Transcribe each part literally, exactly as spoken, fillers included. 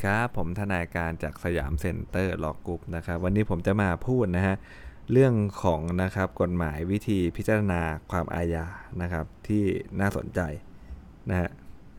ดีครับผมทนายการจากสยามเซ็นเตอร์ลอกรุ๊ปนะครับวันนี้ผมจะมาพูดนะฮะเรื่องของนะครับกฎหมายวิธีพิจารณาความอาญานะครับที่น่าสนใจนะฮะ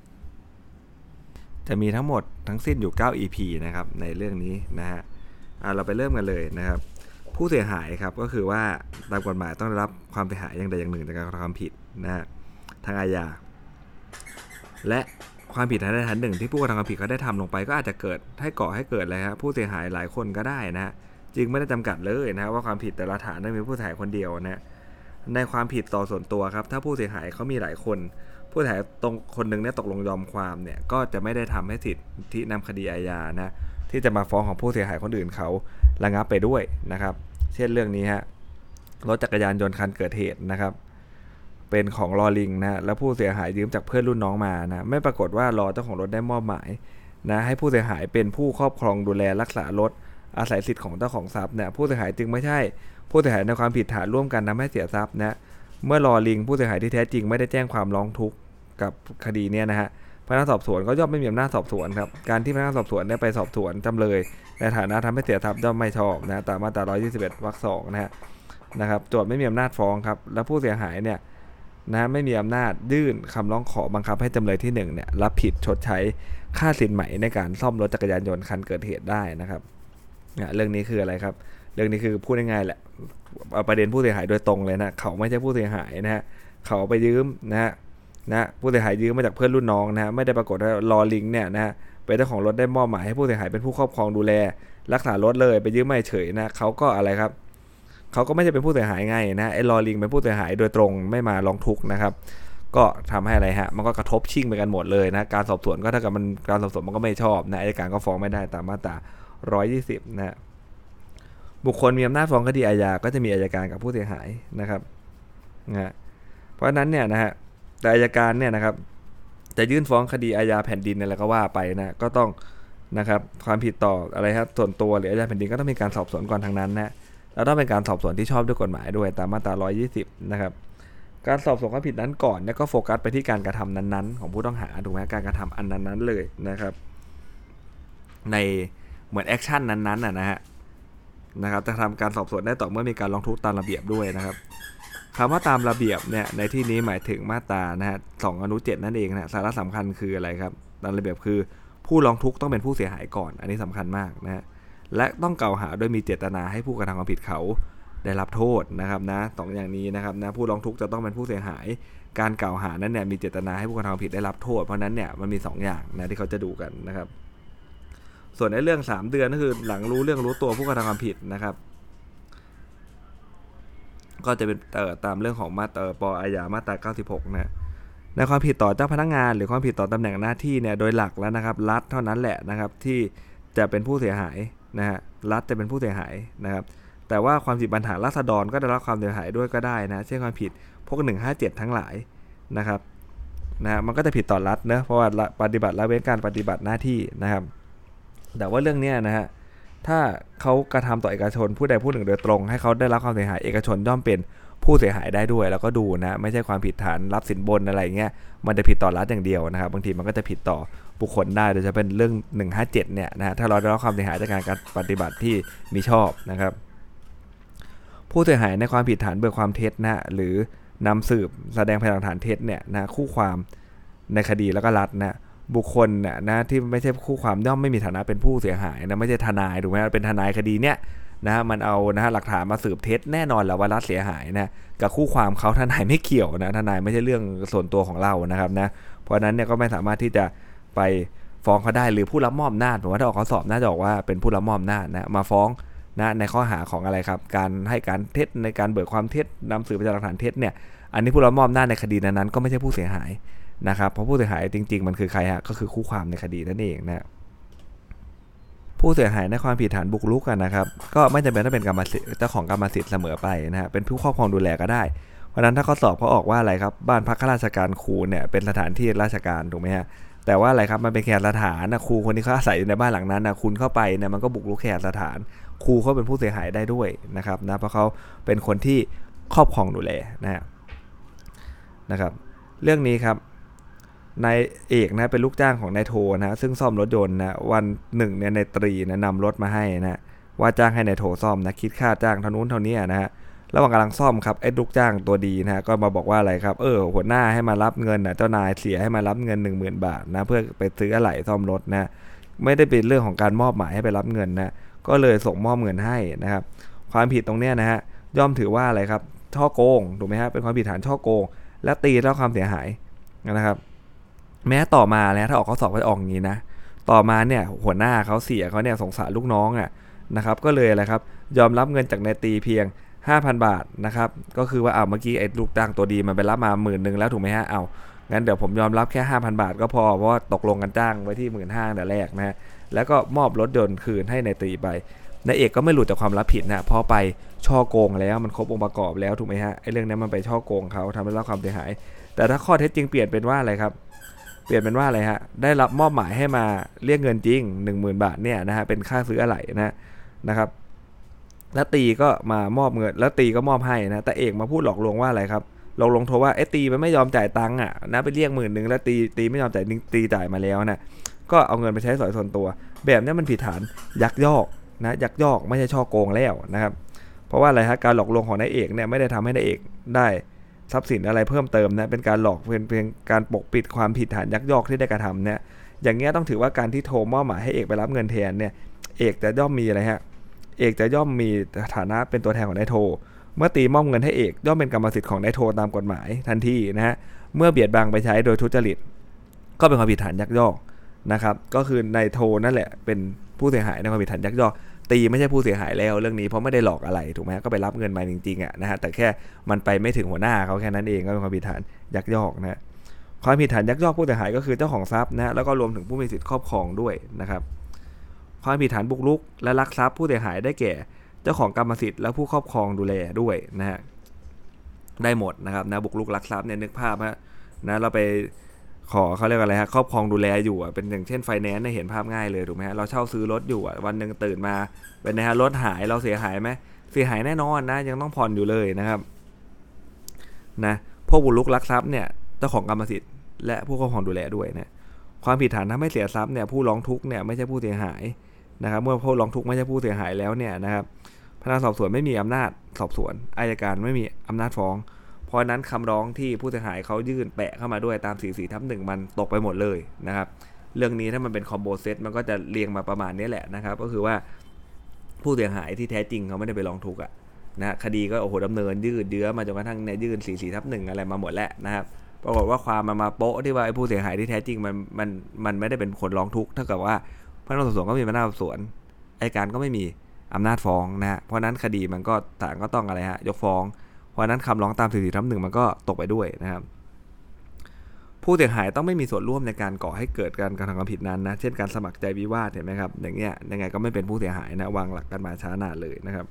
จะมีทั้งหมดทั้งสิ้นอยู่เก้า อี พี นะครับในเรื่องนี้นะฮะเราไปเริ่มกันเลยนะครับผู้เสียหายครับก็คือว่าตามกฎหมายต้องได้รับความเสียหายอย่างใดอย่างหนึ่งจากการกระทำผิดนะฮะทางอาญาและความผิดทางใดทางหนึ่งที่ผู้กระทำความผิดเขาได้ทำลงไปก็อาจจะเกิดให้ก่อให้เกิดอะไรครับผู้เสียหายหลายคนก็ได้นะฮะจึงไม่ได้จำกัดเลยนะว่าความผิดแต่ละฐานต้องมีผู้เสียหายคนเดียวนะในความผิดต่อส่วนตัวครับถ้าผู้เสียหายเขามีหลายคนผู้เสียหายตรงคนหนึ่งเนี่ยตกลงยอมความเนี่ยก็จะไม่ได้ทำให้สิทธิที่นำคดีอาญานะที่จะมาฟ้องของผู้เสียหายคนอื่นเขาระงับไปด้วยนะครับเช่นเรื่องนี้ฮะรถจักรยานยนต์คันเกิดเหตุนะครับเป็นของลอลิงนะแล้วผู้เสียหายยืมจากเพื่อนรุ่นน้องมานะไม่ปรากฏว่ารอเจ้าของรถได้มอบหมายนะให้ผู้เสียหายเป็นผู้ครอบครองดูแลรักษารถอาศัยสิทธิ์ของเจ้าของทรัพย์เนี่ยผู้เสียหายจึงไม่ใช่ผู้เสียหายในความผิดฐานร่วมกันทำให้เสียทรัพย์นะเมื่อลอลิงผู้เสียหายที่แท้จริงไม่ได้แจ้งความร้องทุกข์กับคดีนี้นะฮะพนักงานสอบสวนก็ย่อมไม่มีอำนาจสอบสวนครับการที่พนักงานสอบสวนได้ไปสอบสวนจำเลยในฐานะทำให้เสียทรัพย์ย่อมไม่ชอบนะตามมาตราหนึ่งร้อยยี่สิบเอ็ดวรรคสองนะฮะนะครับโจทก์ไม่มีอำนาจฟ้องครับและผู้เสียหายเนี่ยนะไม่มีอำนาจยื่นคำร้องขอบังคับให้จำเลยที่หนึ่งเนี่ยรับผิดชดใช้ค่าสินไหมในการซ่อมรถจักรยานยนต์คันเกิดเหตุได้นะครับนะเรื่องนี้คืออะไรครับเรื่องนี้คือพูดง่ายๆแหละเอาประเด็นผู้เสียหายโดยตรงเลยนะเขาไม่ใช่ผู้เสียหายนะฮะเขาไปยืมนะฮะนะผู้เสียหายยืมมาจากเพื่อนรุ่นน้องนะฮะไม่ได้ปรากฏว่ารอลิงเนี่ยนะฮะเป็นเจ้าของรถได้มอบหมายให้ผู้เสียหายเป็นผู้ครอบครองดูแลรักษารถเลยไปยืมไม่เฉยนะเขาก็อะไรครับเขาก็ไม่ใช่เป็นผู้เสียหายไงนะไอ้ลอลิงเป็นผู้เสียหายโดยตรงไม่มาร้องทุกข์นะครับก็ทำให้อะไรฮะมันก็กระทบชิ่งไปกันหมดเลยนะการสอบสวนก็ถ้าเกิดมันการสอบสวนมันก็ไม่ชอบนะอัยการก็ฟ้องไม่ได้ตามมาตราหนึ่งร้อยยี่สิบนะบุคคลมีอำนาจฟ้องคดีอาญาก็จะมีอัยการกับผู้เสียหายนะครับนะเพราะฉะนั้นเนี่ยนะฮะแต่อัยการเนี่ยนะครับจะยื่นฟ้องคดีอาญาแผ่นดินอะไรก็ว่าไปนะก็ต้องนะครับความผิดต่ออะไรครับส่วนตัวหรืออาญาแผ่นดินก็ต้องมีการสอบสวนก่อนทางนั้นนะแล้วต้องเป็นการสอบสวนที่ชอบด้วยกฎหมายด้วยตามมาตราหนึ่งร้อยยี่สิบนะครับการสอบสวนความผิดนั้นก่อนเนี่ยก็โฟกัสไปที่การกระทำนั้นๆของผู้ต้องหาถูกไหมการกระทำอันนั้นๆเลยนะครับในเหมือนแอคชั่นนั้นๆนะฮะนะครับจะทำการสอบสวนได้ต่อเมื่อมีการร้องทุกข์ตามระเบียบด้วยนะครับคำว่าตามระเบียบเนี่ยในที่นี้หมายถึงมาตรานะฮะสองอนุเจ็ดนั่นเองนะสาระสำคัญคืออะไรครับตามระเบียบคือผู้ร้องทุกข์ต้องเป็นผู้เสียหายก่อนอันนี้สำคัญมากนะฮะและต้องกล่าวหาโดยมีเจตนาให้ผู้กระทำความผิดเขาได้รับโทษนะครับนะสองอย่างนี้นะครับนะผู้ร้องทุกข์จะต้องเป็นผู้เสียหายการกล่าวหานั้นเนี่ยมีเจตนาให้ผู้กระทำความผิดได้รับโทษเพราะนั้นเนี่ยมันมีสองอย่างนะที่เขาจะดูกันนะครับส่วนในเรื่องสามเดือนก็คือหลังรู้เรื่องรู้ตัวผู้กระทำความผิดนะครับก็จะเป็นเอ่อตามเรื่องของมาตราป.อาญามาตราเก้าสิบหกนะในความผิดต่อเจ้าพนักงานหรือความผิดต่อตำแหน่งหน้าที่เนี่ยโดยหลักแล้วนะครับรัฐเท่านั้นแหละนะครับที่จะเป็นผู้เสียหายนะฮะรัฐจะเป็นผู้เสียหายนะครับแต่ว่าความผิดบัญญัติราษฎรก็ได้รับความเสียหายด้วยก็ได้นะเช่นความผิดพวกหนึ่งห้าเจ็ดทั้งหลายนะครับนะมันก็จะผิดต่อรัฐเนะเพราะว่าปฏิบัติละเว้นการปฏิบัติหน้าที่นะครับแต่ว่าเรื่องนี้นะฮะถ้าเขากระทำต่อเอกชนผู้ใดผู้หนึ่งโดยตรงให้เขาได้รับความเสียหายเอกชนย่อมเป็นผู้เสียหายได้ด้วยแล้วก็ดูนะไม่ใช่ความผิดฐานรับสินบนอะไรเงี้ยมันจะผิดต่อรัฐอย่างเดียวนะครับบางทีมันก็จะผิดต่อบุคคลได้โดยเฉพาะเป็นเรื่องหนึ่งห้าเจ็ดเนี่ยนะฮะถ้าเราได้รับความเสียหายจากการปฏิบัติที่มิชอบนะครับผู้เสียหายในความผิดฐานเบิกความเท็จนะหรือนำสืบแสดงพยานหลักฐานเท็จเนี่ยนะคู่ความในคดีแล้วก็รัฐนะบุคคลเนี่ยนะที่ไม่ใช่คู่ความย่อมไม่มีฐานะเป็นผู้เสียหายนะไม่ใช่ทนายถูกไหมเป็นทนายคดีเนี่ยนะมันเอานะหลักฐานมาสืบเท็จแน่นอนแหละว่ารัฐเสียหายนะกับคู่ความเขาทนายไม่เกี่ยวนะทนายไม่ใช่เรื่องส่วนตัวของเรานะครับนะเพราะนั้นเนี่ยก็ไม่สามารถที่จะไปฟ้องเขาได้หรือผู้รับมอบอำนาจผมว่าถ้าออกข้อสอบน่าจะบอกว่าเป็นผู้รับมอบอำนาจนะมาฟ้องนะในข้อหาของอะไรครับการให้การเท็จในการเบิกความเท็จนำสืบพยานหลักฐานเท็จเนี่ยอันนี้ผู้รับมอบอำนาจในคดีนั้นๆก็ไม่ใช่ผู้เสียหายนะครับเพราะผู้เสียหายจริงๆมันคือใครฮะก็คือคู่ความในคดีนั่นเองนะผู้เสียหายในความผิดฐานบุกรุกกันนะครับก็ไม่จำเป็นต้องเป็นกรรมสิทธิ์เจ้าของกรรมสิทธิ์เสมอไปนะฮะเป็นผู้ครอบครองดูแลก็ได้เพราะนั้นถ้าข้อสอบเขาออกว่าอะไรครับบ้านพักข้าราชการครูเนี่ยเป็นสถานที่ราชการถูกไหมฮะแต่ว่าอะไรครับมันเป็นแค่สถานนะครูคนที่เขาอาศัยอยู่ในบ้านหลังนั้นนะคุณเข้าไปเนี่ยมันก็บุกรุกแค่สถานครูเขาเป็นผู้เสียหายได้ด้วยนะครับนะเพราะเขาเป็นคนที่ครอบครองดูแลนะฮะนะครับเรื่องนี้ครับนายเอกนะเป็นลูกจ้างของนายโทนะซึ่งซ่อมรถยนต์นะวันหนึ่งเนี่ยนายตรีนะนำรถมาให้นะว่าจ้างให้นายโทซ่อมนะคิดค่าจ้างเท่านู้นเท่านี้นะฮะระหว่างกำลังซ่อมครับไอ้ลูกจ้างตัวดีนะฮะก็มาบอกว่าอะไรครับเออหัวหน้าให้มารับเงินนะเจ้านายเสียให้มารับเงิน หนึ่งหมื่น บาทนะเพื่อไปซื้ออะไหล่ซ่อมรถนะไม่ได้เป็นเรื่องของการมอบหมายให้ไปรับเงินนะก็เลยส่งมอบเงินให้นะครับความผิดตรงเนี้ยนะฮะย่อมถือว่าอะไรครับช่อโกงถูกไหมฮะเป็นความผิดฐานช่อโกงและตีเท่าความเสียหายนะครับแม้ต่อมาแล้วถ้าออกข้อสอบก็จะออกอย่างนี้นะต่อมาเนี่ยหัวหน้าเขาเสียเขาเนี่ยสงสารลูกน้องอ่ะนะครับก็เลยอะไรครับยอมรับเงินจากนายตีเพียง ห้าพัน บาทนะครับก็คือว่าเอาเมื่อกี้ไอ้ลูกจ้างตัวดีมันไปรับมาหมื่นนึงแล้วถูกไหมฮะเอางั้นเดี๋ยวผมยอมรับแค่ ห้าพัน บาทก็พอเพราะว่าตกลงกันจ้างไว้ที่ หนึ่งหมื่นห้าพัน แต่แรกนะฮะแล้วก็มอบรถยนต์คืนให้นายตีไปนายเอกก็ไม่หลุดจากความรับผิดนะพอไปช่อโกงแล้วมันครบองค์ประกอบแล้วถูกไหมฮะไอ้เรื่องนี้มันไปช่อโกงเขาทำให้รับความเสียหายแต่ถ้าข้อเท็จจริงเปลี่ยนเป็นว่าอะไรครับเปลี่ยนเป็นว่าอะไรฮะได้รับมอบหมายให้มาเรียกเงินจริง หนึ่งหมื่น บาทเนี่ยนะฮะเป็นค่าซื้ออะไหล่นะนะครับแล้วตีก็มามอบเงินแล้วตีก็มอบให้นะแต่เอกมาพูดหลอกลวงว่าอะไรครับหลอกลวงโทรว่าไอ้ตีมันไม่ยอมจ่ายตังค์อ่ะนะไปเรียกหมื่นหนึ่งแล้วตีตีไม่ยอมจ่ายตีจ่ายมาแล้วนะก็เอาเงินไปใช้สอยส่วนตัวแบบนี้มันผิดฐานยักยอกนะยักยอกไม่ใช่ช่อโกงแล้วนะครับเพราะว่าอะไรฮะการหลอกลวงของนายเอกเนี่ยไม่ได้ทำให้นายเอกได้ทรัพย์สินอะไรเพิ่มเติมนะเป็นการหลอกเป็นเพียงการปกปิดความผิดฐานยักยอกที่ได้กระทำเนี่ยอย่างเงี้ยต้องถือว่าการที่โทรมอบหมายให้เอกไปรับเงินแทนเนี่ยเอกจะย่อมมีอะไรฮะเอกจะย่อมมีฐานะเป็นตัวแทนของนายโทเมื่อตีมอบเงินให้เอกย่อมเป็นกรรมสิทธิ์ของนายโทตามกฎหมายทันทีนะฮะเมื่อเบียดบังไปใช้โดยทุจริตก็เป็นความผิดฐานยักยอกนะครับก็คือนายโทนั่นแหละเป็นผู้เสียหายในความผิดฐานยักยอกตีไม่ใช่ผู้เสียหายแล้วเรื่องนี้เพราะไม่ได้หลอกอะไรถูกไหมก็ไปรับเงินมาจริงๆอ่ะนะฮะแต่แค่มันไปไม่ถึงหัวหน้าเขาแค่นั้นเองก็เป็นความผิดฐานยักยอกนะความผิดฐานยักยอกผู้เสียหายก็คือเจ้าของทรัพย์นะแล้วก็รวมถึงผู้มีสิทธิ์ครอบครองด้วยนะครับความผิดฐานบุกรุกและลักทรัพย์ผู้เสียหายได้แก่เจ้าของกรรมสิทธิ์และผู้ครอบครองดูแลด้วยนะฮะได้หมดนะครับนะบุกรุกลักทรัพย์เนี่ยนึกภาพฮะนะเราไปขอเขาเรียกอะไรฮะครอบครองดูแลอยู่อ่ะเป็นอย่างเช่นไฟแนนซ์เนี่ยเห็นภาพง่ายเลยถูกไหมฮะเราเช่าซื้อรถอยู่อ่ะวันนึงตื่นมาเป็นนะฮะรถหายเราเสียหายไหมเสียหายแน่นอนนะยังต้องผ่อนอยู่เลยนะครับนะพวกบุกรุกลักทรัพย์เนี่ยเจ้าของกรรมสิทธิ์และผู้ครอบครองดูแลด้วยนะความผิดฐานทำให้เสียทรัพย์เนี่ยผู้ร้องทุกข์เนี่ยไม่ใช่ผู้เสียหายนะครับเมื่อผู้ร้องทุกข์ไม่ใช่ผู้เสียหายแล้วเนี่ยนะครับพนักงานสอบสวนไม่มีอำนาจสอบสวนอัยการไม่มีอำนาจฟ้องเพราะนั้นคำร้องที่ผู้เสียหายเขายื่นแปะเข้ามาด้วยตาม สี่สิบสี่ ทับ หนึ่งมันตกไปหมดเลยนะครับเรื่องนี้ถ้ามันเป็นคอมโบเซตมันก็จะเรียงมาประมาณนี้แหละนะครับก็คือว่าผู้เสียหายที่แท้จริงเขาไม่ได้ไปร้องทุกข์อ่ะนะคดีก็โอ้โหดำเนินยืดเยื้อมาจนกระทั่งเนี่ยยื่น สี่สิบสี่ ทับ หนึ่งอะไรมาหมดแล้วนะครับปรากฏว่าความมันมาโป๊ะที่ว่าไอ้ผู้เสียหายที่แท้จริงมันมันมันไม่ได้เป็นคนร้องทุกข์เท่ากับว่าพนักงานสอบสวนก็มีอำนาจสอบสวนอัยการก็ไม่มีอำนาจฟ้องนะฮะเพราะนั้นคดีมันก็ศาลก็ต้องอะไรฮะยกฟ้องเพราะนั้นคำร้องตาม สี่สิบสี่ ทับ หนึ่งมันก็ตกไปด้วยนะครับผู้เสียหายต้องไม่มีส่วนร่วมในการก่อให้เกิดการกระทำความผิดนั้นนะเช่นการสมัครใจวิวาทเห็นไหมครับอย่างเงี้ยยังไงก็ไม่เป็นผู้เสียหายนะวางหลักกันมาช้านานเลยนะครับ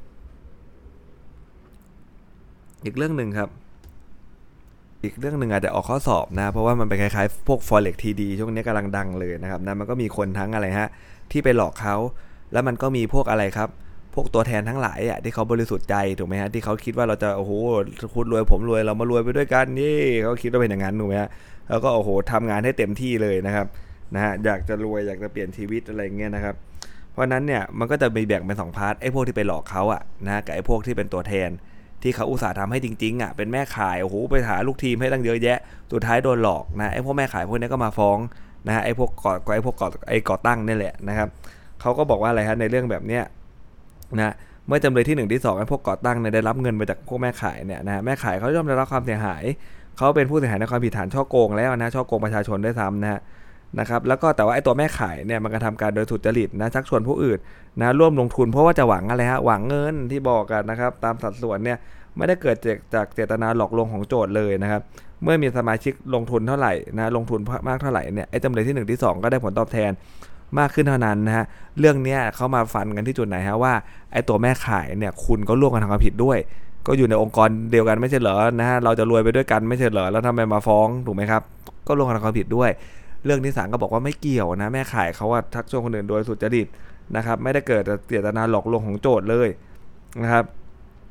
อีกเรื่องนึงครับอีกเรื่องนึงอาจจะออกข้อสอบนะเพราะว่ามันเป็นคล้ายๆพวก Forex ที ดี ช่วงนี้กำลังดังเลยนะครับนะมันก็มีคนทั้งอะไรฮะที่ไปหลอกเขาแล้วมันก็มีพวกอะไรครับพวกตัวแทนทั้งหลายอ่ะที่เขาบริสุทธิ์ใจถูกไหมฮะที่เขาคิดว่าเราจะโอ้โหคุณรวยผมรวยเรามารวยไปด้วยกันนี่เขาคิดว่าเป็นอย่างนั้นถูกไหมฮะแล้วก็โอ้โหทำงานให้เต็มที่เลยนะครับนะฮะอยากจะรวยอยากจะเปลี่ยนชีวิตอะไรเงี้ยนะครับเพราะนั้นเนี่ยมันก็จะมีแบ่งเป็นสองพาร์ทไอ้พวกที่ไปหลอกเขาอ่ะนะกับไอ้พวกที่เป็นตัวแทนที่เขาอุตส่าห์ทำให้จริงๆอ่ะเป็นแม่ขายโอ้โหไปหาลูกทีมให้ตั้งเยอะแยะสุดท้ายโดนหลอกนะไอ้พวกแม่ขายพวกนี้ก็มาฟ้องนะฮะไอ้พวกก่อไอ้พวกก่อไอ้ก่อตั้งนี่แหละนะครับเขาก็บอกว่าอะไรฮะในเรื่องแบบเนี้ยนะเมื่อจำเลยที่หนึ่งที่สองไอ้พวกก่อตั้งเนี่ยได้รับเงินมาจากพวกแม่ขายเนี่ยนะแม่ขายเขาย่อมได้รับความเสียหายเขาเป็นผู้เสียหายในความผิดฐานฉ้อโกงแล้วนะฉ้อโกงประชาชนได้ซ้ำนะฮะนะครับแล้วก็แต่ว่าไอ้ตัวแม่ขายเนี่ยมันกระทำการโดยสุจริตนะชักชวนผู้อื่นนะร่วมลงทุนเพราะว่าจะหวังอะไรฮะหวังเงินที่บอกกันนะครับตามสัดส่วนเนี่ยไม่ได้เกิดจากเจตนาหลอกลวงของโจทย์เลยนะครับเมื่อมีสมาชิกลงทุนเท่าไหร่นะลงทุนมากเท่าไหร่เนี่ยไอ้จำเลยที่หนึ่งที่สองก็ได้ผลตอบแทนมากขึ้นเท่านั้นนะฮะเรื่องนี้เขามาฟันกันที่จุดไหนฮะว่าไอ้ตัวแม่ขายเนี่ยคุณก็ร่วมกันทำความผิดด้วยก็อยู่ในองค์กรเดียวกันไม่ใช่เหรอนะฮะเราจะรวยไปด้วยกันไม่ใช่เหรอแล้วทำไมมาฟ้องถูกไหมครับก็ร่วมกันทำความผิดด้วยเรื่องนี้ศาลก็บอกว่าไม่เกี่ยวนะแม่ขายเขาว่าทักชวนคนอื่นโดยสุจริตนะครับไม่ได้เกิดเจตนาหลอกลวงของโจทย์เลยนะครับ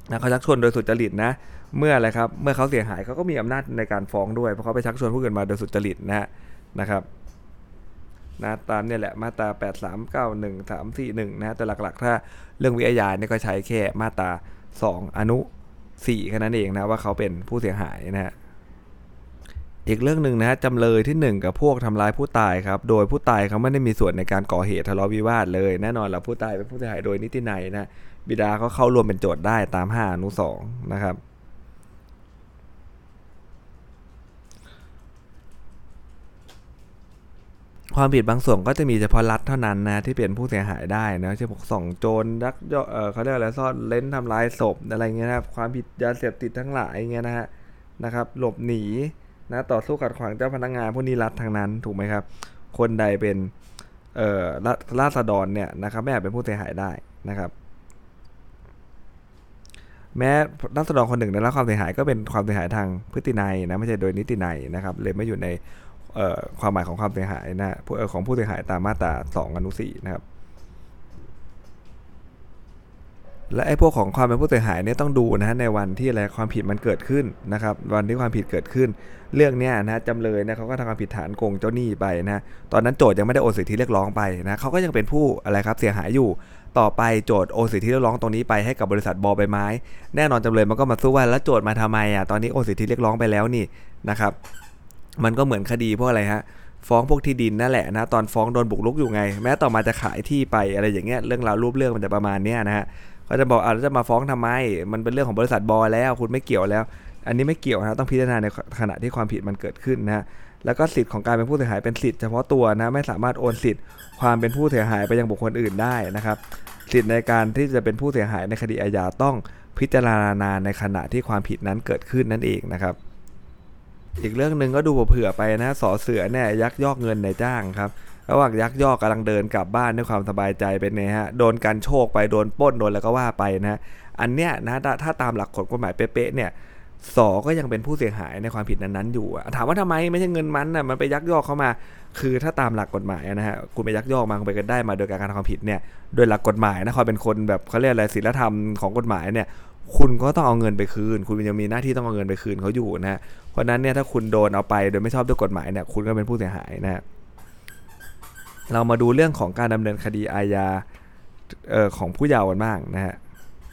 นะเขาชักชวนโดยสุจริตนะเมื่ออะไรครับเมื่อเขาเสียหายเขาก็มีอำนาจในการฟ้องด้วยเพราะเขาไปชักชวนผู้อื่นมาโดยสุจริตนะนะครับนะตามเนี่ยแหละมาตราแปด สาม เก้า หนึ่ง สาม สี่ หนึ่งนะแต่หลักๆถ้าเรื่องวิทยาเนี่ยก็ใช้แค่มาตราสองอนุสี่แค่นั้นเองนะว่าเขาเป็นผู้เสียหายนะฮะอีกเรื่องหนึ่งนะจำเลยที่หนึ่งกับพวกทำร้ายผู้ตายครับโดยผู้ตายเขาไม่ได้มีส่วนในการก่อเหตุทะเลาะวิวาทเลยแน่นอนแหละผู้ตายเป็นผู้เสียหายโดยนิตินัยนะบิดาเขาเข้าร่วมเป็นโจทย์ได้ตามห้าอนุสองนะครับความผิดบางส่วนก็จะมีเฉพาะรัฐเท่านั้นนะที่เป็นผู้เสียหายได้นะเช่นพวกส่องโจรยักยอกเออเขาเรียกอะไรซ่อนเร้นทำลายศพอะไรเงี้ยนะครับความผิดยาเสพติดทั้งหลายเงี้ยนะฮะนะครับหลบหนีนะต่อสู้ขัดขวางเจ้าพนักงานพวกนี้รัฐทางนั้นถูกไหมครับคนใดเป็นเอ่อราษฎรเนี่ยนะครับไม่อาจเป็นผู้เสียหายได้นะครับแม้รัษฎรคนหนึ่งได้รับความเสียหายก็เป็นความเสียหายทางพฤตินัยนะไม่ใช่โดยนิตินัยนะครับเลยไม่อยู่ในความหมายของความเสียหายนะของผู้เสียหายตามมาตราสองอนุสี่นะครับและไอ้พวกของความเป็นผู้เสียหายเนี่ยต้องดูนะฮะในวันที่อะไรความผิดมันเกิดขึ้นนะครับวันที่ความผิดเกิดขึ้นเรื่องเนี้ยนะจำเลยเนี่ยเขาก็ทำความผิดฐานโกงเจ้าหนี้ไปนะตอนนั้นโจทย์ยังไม่ได้โอนสิทธิเรียกร้องไปนะเขาก็ยังเป็นผู้อะไรครับเสียหายอยู่ต่อไปโจทย์โอนสิทธิเรียกร้องตรงนี้ไปให้กับบริษัทบอใบไม้แน่นอนจำเลยมันก็มาสู้ว่าแล้วโจทย์มาทำไมอ่ะตอนนี้โอนสิทธิเรียกร้องไปแล้วนี่นะครับมันก็เหมือนคดีพวกอะไรฮะฟ้องพวกที่ดินนั่นแหละนะตอนฟ้องโดนบุกรุกอยู่ไงแม้ต่อมาจะขายที่ไปอะไรอย่างเงี้ยเรื่องราวรูปเรื่องมันจะประมาณเนี้ยนะฮะเขาจะบอกอ่ะจะมาฟ้องทำไมมันเป็นเรื่องของบริษัทบอแล้วคุณไม่เกี่ยวแล้วอันนี้ไม่เกี่ยวนะต้องพิจารณาในขณะที่ความผิดมันเกิดขึ้นนะแล้วก็สิทธิ์ของการเป็นผู้เสียหายเป็นสิทธิ์เฉพาะตัวนะไม่สามารถโอนสิทธิ์ความเป็นผู้เสียหายไปยังบุคคลอื่นได้นะครับสิทธิ์ในการที่จะเป็นผู้เสียหายในคดีอาญาต้องพิจารณาในขณะที่ความผิดนั้นเกิดขึ้นนั่นเองนะครับอีกเรื่องหนึ่งก็ดูเผื่อไปนะสอเสือเนี่ยยักยอกเงินในจ้างครับระหว่างยักยอกกำลังเดินกลับบ้านด้วยความสบายใจเป็นไงฮะโดนการโชคไปโดนปล้นโดนแล้วก็ว่าไปนะอันเนี้ยนะถ้าตามหลักกฎหมายเป๊ะๆเนี่ยสอก็ยังเป็นผู้เสียหายในความผิดนั้นๆอยู่ถามว่าทำไมไม่ใช่เงินมันนะมันไปยักยอกเข้ามาคือถ้าตามหลักกฎหมายนะฮะคุณไปยักยอกมาไปกันได้มาโดยการกระทำความผิดเนี่ยโดยหลักกฎหมายนะความเป็นคนแบบเขาเรียกอะไรศีลธรรมของกฎหมายเนี่ยคุณก็ต้องเอาเงินไปคืนคุณยังมีหน้าที่ต้องเอาเงินไปคืนเขาอยู่นะเพราะนั้นเนี่ยถ้าคุณโดนเอาไปโดยไม่ชอบด้วยกฎหมายเนี่ยคุณก็เป็นผู้เสียหายนะเรามาดูเรื่องของการดำเนินคดีอาญาเอ่อของผู้เยาว์กันบ้างนะฮะ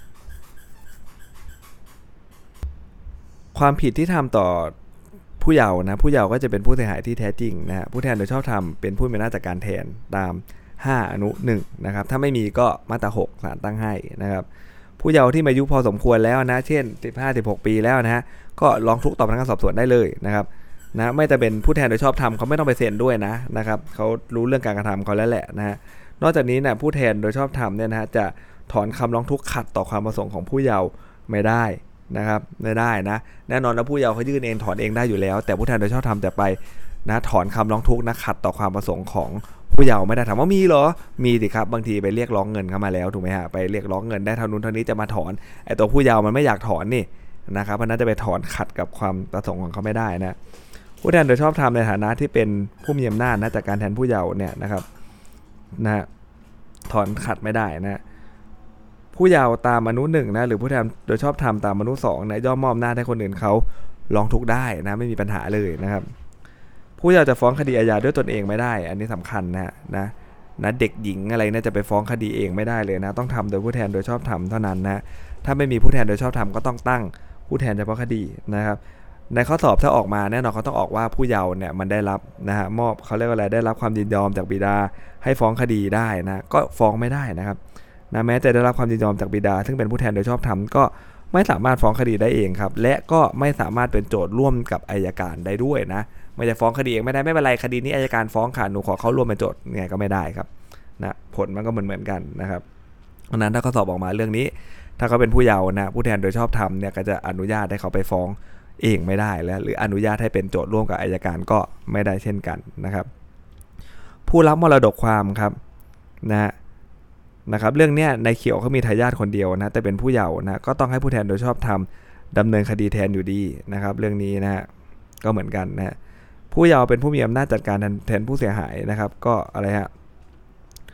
ความผิดที่ทำต่อผู้เยาว์นะผู้เยาว์ก็จะเป็นผู้เสียหายที่แท้จริงนะฮะผู้แทนโดยชอบธรรมเป็นผู้มีอำนาจจัดการแทนตามห้าอนุหนึ่งนะครับถ้าไม่มีก็มาตราหกศาลตั้งให้นะครับผู้เยาว์ที่มีอายุพอสมควรแล้วนะเช่นสิบห้า สิบหกปีแล้วนะฮะก็ร้องทุกข์ต่อพนักงานสอบสวนได้เลยนะครับนะไม่แต่เป็นผู้แทนโดยชอบธรรมเขาไม่ต้องไปเซ็นด้วยนะนะครับเขารู้เรื่องการกระทำเขาแล้วแหละนะฮะนอกจากนี้นะผู้แทนโดยชอบธรรมเนี่ยนะฮะจะถอนคำร้องทุกข์ขัดต่อความประสงค์ของผู้เยาว์ไม่ได้นะครับไม่ได้นะแน่นอนแล้วผู้เยาว์เขายื่นเองถอนเองได้อยู่แล้วแต่ผู้แทนโดยชอบธรรมจะไปนะถอนคำร้องทุกข์นะขัดต่อความประสงค์ของผู้เยาว์ไม่ได้ถามว่ามีเหรอมีสิครับบางทีไปเรียกร้องเงินเข้ามาแล้วถูกไหมฮะไปเรียกร้องเงินได้เท่านู้นเท่านี้จะมาถอนไอ้ตัวผู้เยาว์มันไม่อยากถอนนี่นะครับเพราะนั้นจะไปถอนขัดกับความประสงค์ของเขาไม่ได้นะผู้แทนโดยชอบธรรมในฐานะที่เป็นผู้มีอำนาจนะจากการแทนผู้เยาว์เนี่ยนะครับนะถอนขัดไม่ได้นะผู้เยาว์ตามอนุหนึ่งนะหรือผู้แทนโดยชอบธรรมตามอนุสองนะย่อมมอบอำนาจให้คนอื่นเขาร้องทุกข์ได้นะไม่มีปัญหาเลยนะครับผู้เยาว์จะฟ้องคดีอาญาด้วยตนเองไม่ได้อันนี้สำคัญนะนะนะเด็กหญิงอะไรนะจะไปฟ้องคดีเองไม่ได้เลยนะต้องทำโดยผู้แทนโดยชอบธรรมเท่านั้นนะถ้าไม่มีผู้แทนโดยชอบธรรมก็ต้องตั้งผู้แทนเฉพาะคดีนะครับในข้อสอบถ้าออกมาแน่นอนเขาต้องออกว่าผู้เยาว์เนี่ยมันได้รับนะฮะมอบเขาเรียกว่าอะไรได้รับความยินยอมจากบิดาให้ฟ้องคดีได้นะก็ฟ้องไม่ได้นะครับนะแม้จะได้รับความยินยอมจากบิดาซึ่งเป็นผู้แทนโดยชอบธรรมก็ไม่สามารถฟ้องคดีได้เองครับและก็ไม่สามารถเป็นโจทย์ร่วมกับอัยการได้ด้วยนะไม่จะฟ้องคดีเองไม่ได้ไม่เป็นไรคดีนี้อัยการฟ้องค่ะหนูขอเข้าร่วมเป็นโจทย์ไงก็ไม่ได้ครับนะผลมันก็เหมือนเหมือนกันนะครับเพราะนั้นถ้าข้อสอบออกมาเรื่องนี้ถ้าเขาเป็นผู้เยาว์นะผู้แทนโดยชอบธรรมเนี่ยก็จะอนุญาตให้เขาไปฟ้องเองไม่ได้แล้วหรืออนุญาตให้เป็นโจทย์ร่วมกับอัยการก็ไม่ได้เช่นกันนะครับผู้รับมรดกความครับนะนะครับเรื่องนี้ในเขียวเขามีทายาทคนเดียวนะแต่เป็นผู้เยาว์นะก็ต้องให้ผู้แทนโดยชอบธรรมดำเนินคดีแทนอยู่ดีนะครับเรื่องนี้นะฮะก็เหมือนกันนะผู้เยาว์เป็นผู้มีอำนาจจัดการแทนผู้เสียหายนะครับก็อะไรฮะ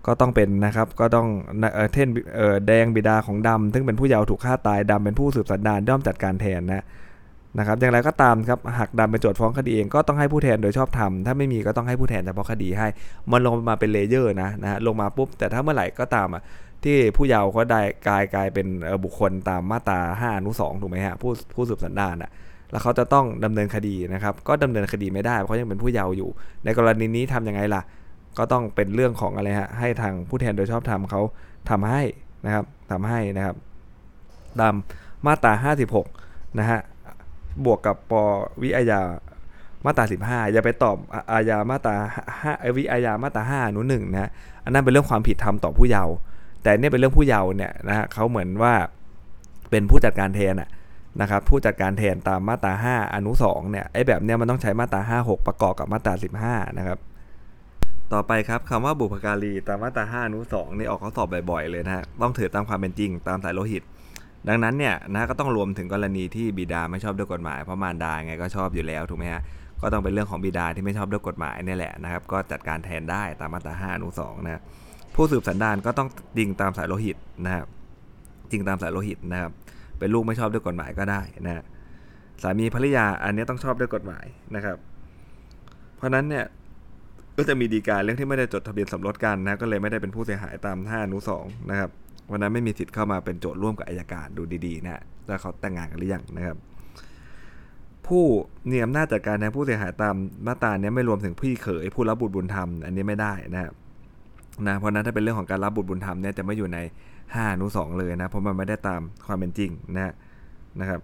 ก็ต้องเป็นนะครับก็ต้องเอ่อเท่นเอ่อแดงบิดาของดำซึ่งเป็นผู้เยาว์ถูกฆ่าตายดำเป็นผู้สืบสันดานย่อมจัดการแทนนะนะครับอย่างไรก็ตามครับหากดำเป็นโจทก์ฟ้องคดีเองก็ต้องให้ผู้แทนโดยชอบธรรมถ้าไม่มีก็ต้องให้ผู้แทนเฉพาะคดีให้มันลงมาเป็นเลเยอร์นะนะฮะลงมาปุ๊บแต่ถ้าเมื่อไหร่ก็ตามอ่ะที่ผู้เยาว์เขาได้กลายกลายเป็นบุคคลตามมาตราห้าอนุสองถูกไหมฮะผู้ผู้สืบสันดานอ่ะแล้วเขาจะต้องดำเนินคดีนะครับก็ดำเนินคดีไม่ได้เพราะยังเป็นผู้เยาว์อยู่ในกรณีนี้ทำยังไงล่ะก็ต้องเป็นเรื่องของอะไรฮะให้ทางผู้แทนโดยชอบธรรมเขาทำให้นะครับทำให้นะครับตามมาตราห้าสิบหกนะฮะบวกกับปวิอาญามาตราสิบห้าอย่าไปตอบอาญามาตราห้าวิอาญามาตราห้าอนุหนึ่งนะอันนั้นเป็นเรื่องความผิดทำต่อผู้เยาว์แต่เนี่ยเป็นเรื่องผู้เยาว์เนี่ยนะฮะเขาเหมือนว่าเป็นผู้จัดการแทนนะครับผู้จัดการแทนตามมาตราห้าอนุสองเนี่ยไอ้แบบเนี้ยมันต้องใช้มาตราห้าหกประกอบกับมาตราสิบห้านะครับต่อไปครับคำว่าบุพการีตามมาตราห้าอนุสองนี่ออกข้อสอบบ่อยๆเลยนะฮะต้องถือตามความเป็นจริงตามสายโลหิตดังนั้นเนี่ยนะก็ต้องรวมถึงกรณีที่บิดาไม่ชอบด้วยกฎหมายเพราะมารดาไงก็ชอบอยู่แล้วถูกไหมฮะก็ต้องเป็นเรื่องของบิดาที่ไม่ชอบด้วยกฎหมายนี่แหละนะครับก็จัดการแทนได้ตามมาตราห้าอนุสองนะผู้สืบสันดานก็ต้องจริงตามสายโลหิตนะครับจริงตามสายโลหิตนะครับเป็นลูกไม่ชอบด้วยกฎหมายก็ได้นะสามีภรรยาอันนี้ต้องชอบด้วยกฎหมายนะครับเพราะนั้นเนี่ยก็จะมีฎีกาเรื่องที่ไม่ได้จดทะเบียนสมรสกันนะก็เลยไม่ได้เป็นผู้เสียหายตามห้าอนุสองนะครับวันนั้นไม่มีสิทธิ์เข้ามาเป็นโจทย์ร่วมกับอัยการดูดีๆนะว่าเขาแต่งงานกันหรือยังนะครับผู้มีอำนาจจัดการแทนผู้เสียหายตามมาตรานี้ไม่รวมถึงพี่เขยผู้รับบุตรบุญธรรมอันนี้ไม่ได้นะครับนะเพราะนั้นถ้าเป็นเรื่องของการรับบุตรบุญธรรมเนี่ยจะไม่อยู่ในห้าอนุสองเลยนะเพราะมันไม่ได้ตามความเป็นจริงนะนะครับ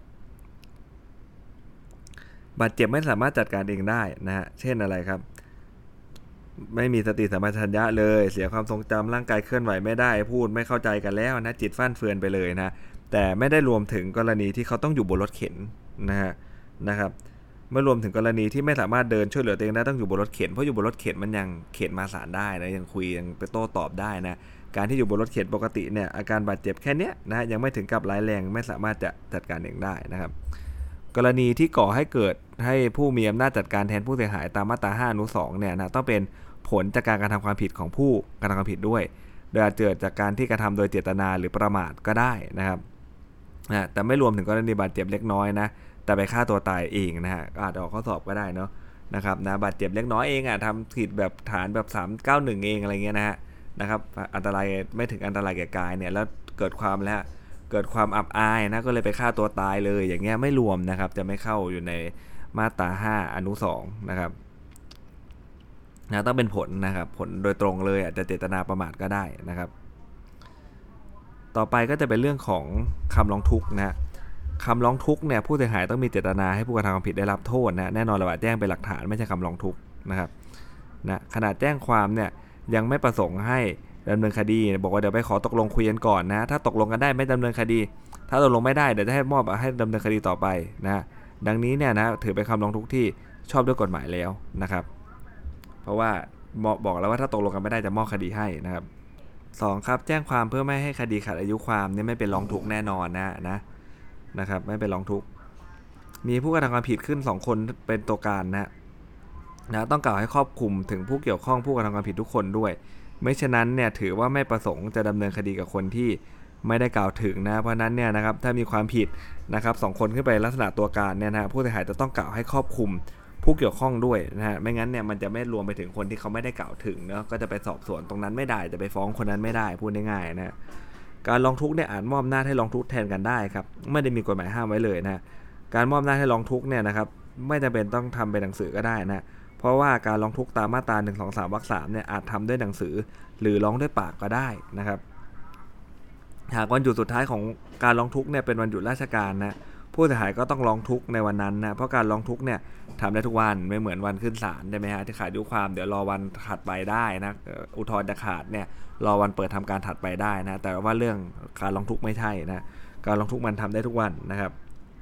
บาดเจ็บไม่สามารถจัดการเองได้นะฮะเช่นอะไรครับไม่มีสติสัมปชัญญะเลยเสียความทรงจำร่างกายเคลื่อนไหวไม่ได้พูดไม่เข้าใจกันแล้วนะจิตฟั่นเฟือนไปเลยนะแต่ไม่ได้รวมถึงกรณีที่เขาต้องอยู่บนรถเข็นนะฮะนะครับไม่รวมถึงกรณีที่ไม่สามารถเดินช่วยเหลือตัวเองได้ต้องอยู่บนรถเข็นเพราะอยู่บนรถเข็นมันยังเข็นมาศาลได้นะยังคุยยังไปโต้ตอบได้นะการที่อยู่บนรถเข็นปกติเนี่ยอาการบาดเจ็บแค่นี้นะยังไม่ถึงกับร้ายแรงไม่สามารถจะจัดการเองได้นะครับกรณีที่ก่อให้เกิดให้ผู้มีอำนาจจัดการแทนผู้เสียหายตามมาตราห้าอนุสองเนี่ยนะต้องเป็นผลจากการกระทำความผิดของผู้กระทำความผิดด้วยโดยอาจเกิดจากการที่กระทำโดยเจตนาหรือประมาทก็ได้นะครับนะแต่ไม่รวมถึงกรณีบาดเจ็บเล็กน้อยนะแต่ไปฆ่าตัวตายเองนะฮะอาจออกข้อสอบก็ได้เนาะนะครับนะบาดเจ็บเล็กน้อยเองอ่ะทำผิดแบบฐานแบบสามเก้าหนึ่งเองอะไรเงี้ยนะฮะนะครับอันตรายไม่ถึงอันตรายแก่กายเนี่ยแล้วเกิดความแล้วเกิดความอับอายนะก็เลยไปฆ่าตัวตายเลยอย่างเงี้ยไม่รวมนะครับจะไม่เข้าอยู่ในมาตราห้าอนุสองนะครับนะต้องเป็นผลนะครับผลโดยตรงเลยอาจจะเจตนาประมาทก็ได้นะครับต่อไปก็จะเป็นเรื่องของคำร้องทุกข์นะคำร้องทุกข์เนี่ยผู้เสียหายต้องมีเจตนาให้ผู้กระทำความผิดได้รับโทษนะแน่นอนเราแจ้งเป็นหลักฐานไม่ใช่คำร้องทุกข์นะครับนะขนาดแจ้งความเนี่ยยังไม่ประสงค์ให้ดำเนินคดีบอกว่าเดี๋ยวไปขอตกลงคุยกันก่อนนะถ้าตกลงกันได้ไม่ดำเนินคดีถ้าตกลงไม่ได้เดี๋ยวจะให้มอบให้ดำเนินคดีต่อไปนะดังนี้เนี่ยนะถือเป็นคำร้องทุกข์ที่ชอบด้วยกฎหมายแล้วนะครับเพราะว่าบอกแล้วว่าถ้าตกลงกันไม่ได้จะมอบคดีให้นะครับสองครับแจ้งความเพื่อไม่ให้คดีขาดอายุความนี่ไม่เป็นร้องทุกข์แน่นอนนะนะนะครับไม่เป็นร้องทุกข์มีผู้กระทำความผิดขึ้นสองคนเป็นตัวการนะนะต้องกล่าวให้ครอบคลุมถึงผู้เกี่ยวข้องผู้กระทำความผิดทุกคนด้วยไม่เช่นนั้นเนี่ยถือว่าไม่ประสงค์จะดำเนินคดีกับคนที่ไม่ได้กล่าวถึงนะเพราะนั้นเนี่ยนะครับถ้ามีความผิดนะครับสองคนขึ้นไปลักษณะตัวการเนี่ยนะผู้เสียหายจะต้องกล่าวให้ครอบคลุมผู้เกี่ยวข้องด้วยนะฮะไม่งั้นเนี่ยมันจะไม่รวมไปถึงคนที่เขาไม่ได้กล่าวถึงเนาะก็จะไปสอบสวนตรงนั้นไม่ได้จะไปฟ้องคนนั้นไม่ได้พูดง่ายๆนะการร้องทุกข์เนี่ยอาจมอบอำนาจให้ร้องทุกข์แทนกันได้ครับไม่ได้มีกฎหมายห้ามไว้เลยนะการมอบอำนาจให้ร้องทุกข์เนี่ยนะครับไม่จำเป็นต้องทำเป็นหนังสือก็ได้นะเพราะว่าการร้องทุกข์ตามมาตราหนึ่ง สอง สามวรรคสามเนี่ยอาจทำด้วยหนังสือหรือร้องด้วยปากก็ได้นะครับหากวันหยุดสุดท้ายของการร้องทุกข์เนี่ยเป็นวันหยุดราชการนะผู้เสียหายก็ต้องร้องทุกข์ในวันนั้นนะเพราะการร้องทุกข์เนี่ยทำได้ทุกวันไม่เหมือนวันขึ้นศาลใช่ไหมฮะที่ขาดอายุความเดี๋ยวรอวันถัดไปได้นะอุทธรณ์จะขาดเนี่ยรอวันเปิดทำการถัดไปได้นะแต่ว่าเรื่องการร้องทุกข์ไม่ใช่นะการร้องทุกข์มันทำได้ทุกวันนะครับ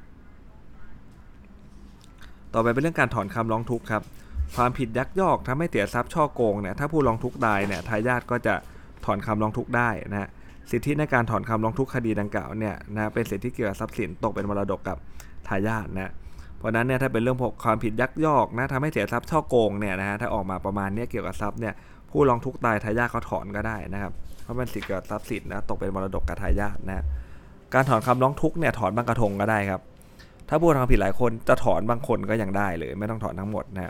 ต่อไปเป็นเรื่องการถอนคำร้องทุกข์ครับความผิดยักยอกทำให้เสียทรัพย์ช่อโกงเนี่ยถ้าผู้ร้องทุกข์ตายเนี่ยทายาทก็จะถอนคำร้องทุกข์ได้นะสิทธิในการถอนคำร้องทุกข์คดีดังกล่าวเนี่ยนะเป็นสิทธิเกี่ยวกับทรัพย์สินตกเป็นมรดกกับทายาทนะเพราะนั้นเนี่ยถ้าเป็นเรื่องพวกความผิดยักยอกนะทำให้เสียทรัพย์ช่อโกงเนี่ยนะฮะถ้าออกมาประมาณนี้เกี่ยวกับทรัพย์เนี่ยผู้ร้องทุกข์ตายทายาทเขาถอนก็ได้นะครับเพราะมันสิทธิ์กับทรัพย์สินนะตกเป็นมรดกกับทายาทนะการถอนคำร้องทุกข์เนี่ยถอนบางกระทงก็ได้ครับถ้าผู้ทำผิดหลายคนจะถอนบางคนก็ยังได้เลยไม่ต้องถอนทั้งหมดนะ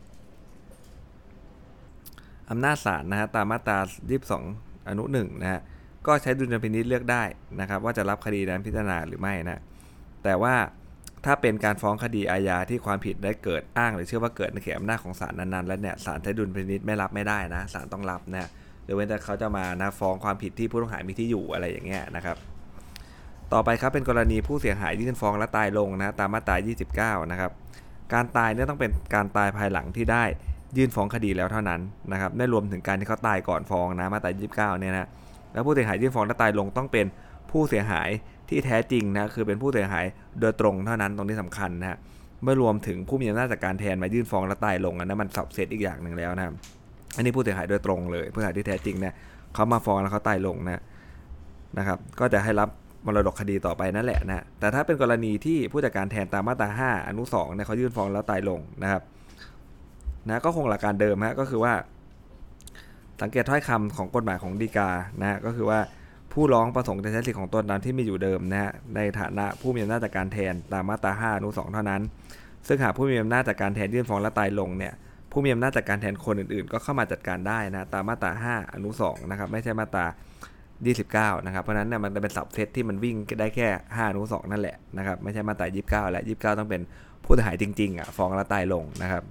อำนาจศาลนะฮะตามมาตรายี่สิบสองอนุหนึ่งนะฮะก็ใช้ดุลยพินิจเลือกได้นะครับว่าจะรับคดีนั้นพิจารณาหรือไม่นะแต่ว่าถ้าเป็นการฟ้องคดีอาญาที่ความผิดได้เกิดอ้างหรือเชื่อว่าเกิดในเขตอำนาจของศาลนั้นๆแล้วเนี่ยศาลใช้ดุลพินิจไม่รับไม่ได้นะศาลต้องรับนะหรือเว้นแต่เขาจะมานะฟ้องความผิดที่ผู้ต้องหามีที่อยู่อะไรอย่างเงี้ยนะครับต่อไปครับเป็นกรณีผู้เสียหายยื่นฟ้องและตายลงนะตามมาตรายี่สิบเก้านะครับการตายเนี่ยต้องเป็นการตายภายหลังที่ได้ยื่นฟ้องคดีแล้วเท่านั้นนะครับไม่รวมถึงการที่เขาตายก่อนฟ้องนะมาตรายี่สิบเก้าเนี่ยนะแล้วผู้เสียหายยื่นฟ้องและตายลงต้องเป็นผู้เสียหายที่แท้จริงนะคือเป็นผู้เสียหายโดยตรงเท่านั้นตรงนี้สำคัญนะฮะไม่รวมถึงผู้มีอำนาจจัดการแทนมายื่นฟ้องและตายลงอันนั้นมันสับเซตอีกอย่างหนึ่งแล้วนะอันนี้ผู้เสียหายโดยตรงเลยผู้เสียหายที่แท้จริงเนี่ยเขามาฟ้องแล้วเขาตายลงนะนะครับก็จะให้รับมรดกคดีต่อไปนั่นแหละนะแต่ถ้าเป็นกรณีที่ผู้จัดการแทนตามมาตราห้าอนุสองเนี่ยเขายื่นฟ้องแล้วตายลงนะครับนะก็คงหลักการเดิมฮะก็คือว่าสังเกตถ้อยคำของกฎหมายของฎีกานะก็คือว่าผู้ร้องประสงค์จะใช้สิทธิของตนตามที่มีอยู่เดิมนะฮะในฐานะผู้มีอำนาจจัดการแทนตามมาตราห้าอนุสองเท่านั้นซึ่งหากผู้มีอำนาจจัดการแทนยื่นฟ้องและตายลงเนี่ยผู้มีอำนาจจัดการแทนคนอื่นๆก็เข้ามาจัดการได้นะตามมาตราห้าอนุสองนะครับไม่ใช่มาตรายี่สิบเก้านะครับเพราะนั้นเนี่ยมันจะเป็นสับเซตที่มันวิ่งได้แค่ห้าอนุสองนั่นแหละนะครับไม่ใช่มาตรายี่สิบเก้าและยี่สิบเก้าต้องเป็นผู้เสียหายจริงๆอ่ะฟ้องและตายลงนะครับ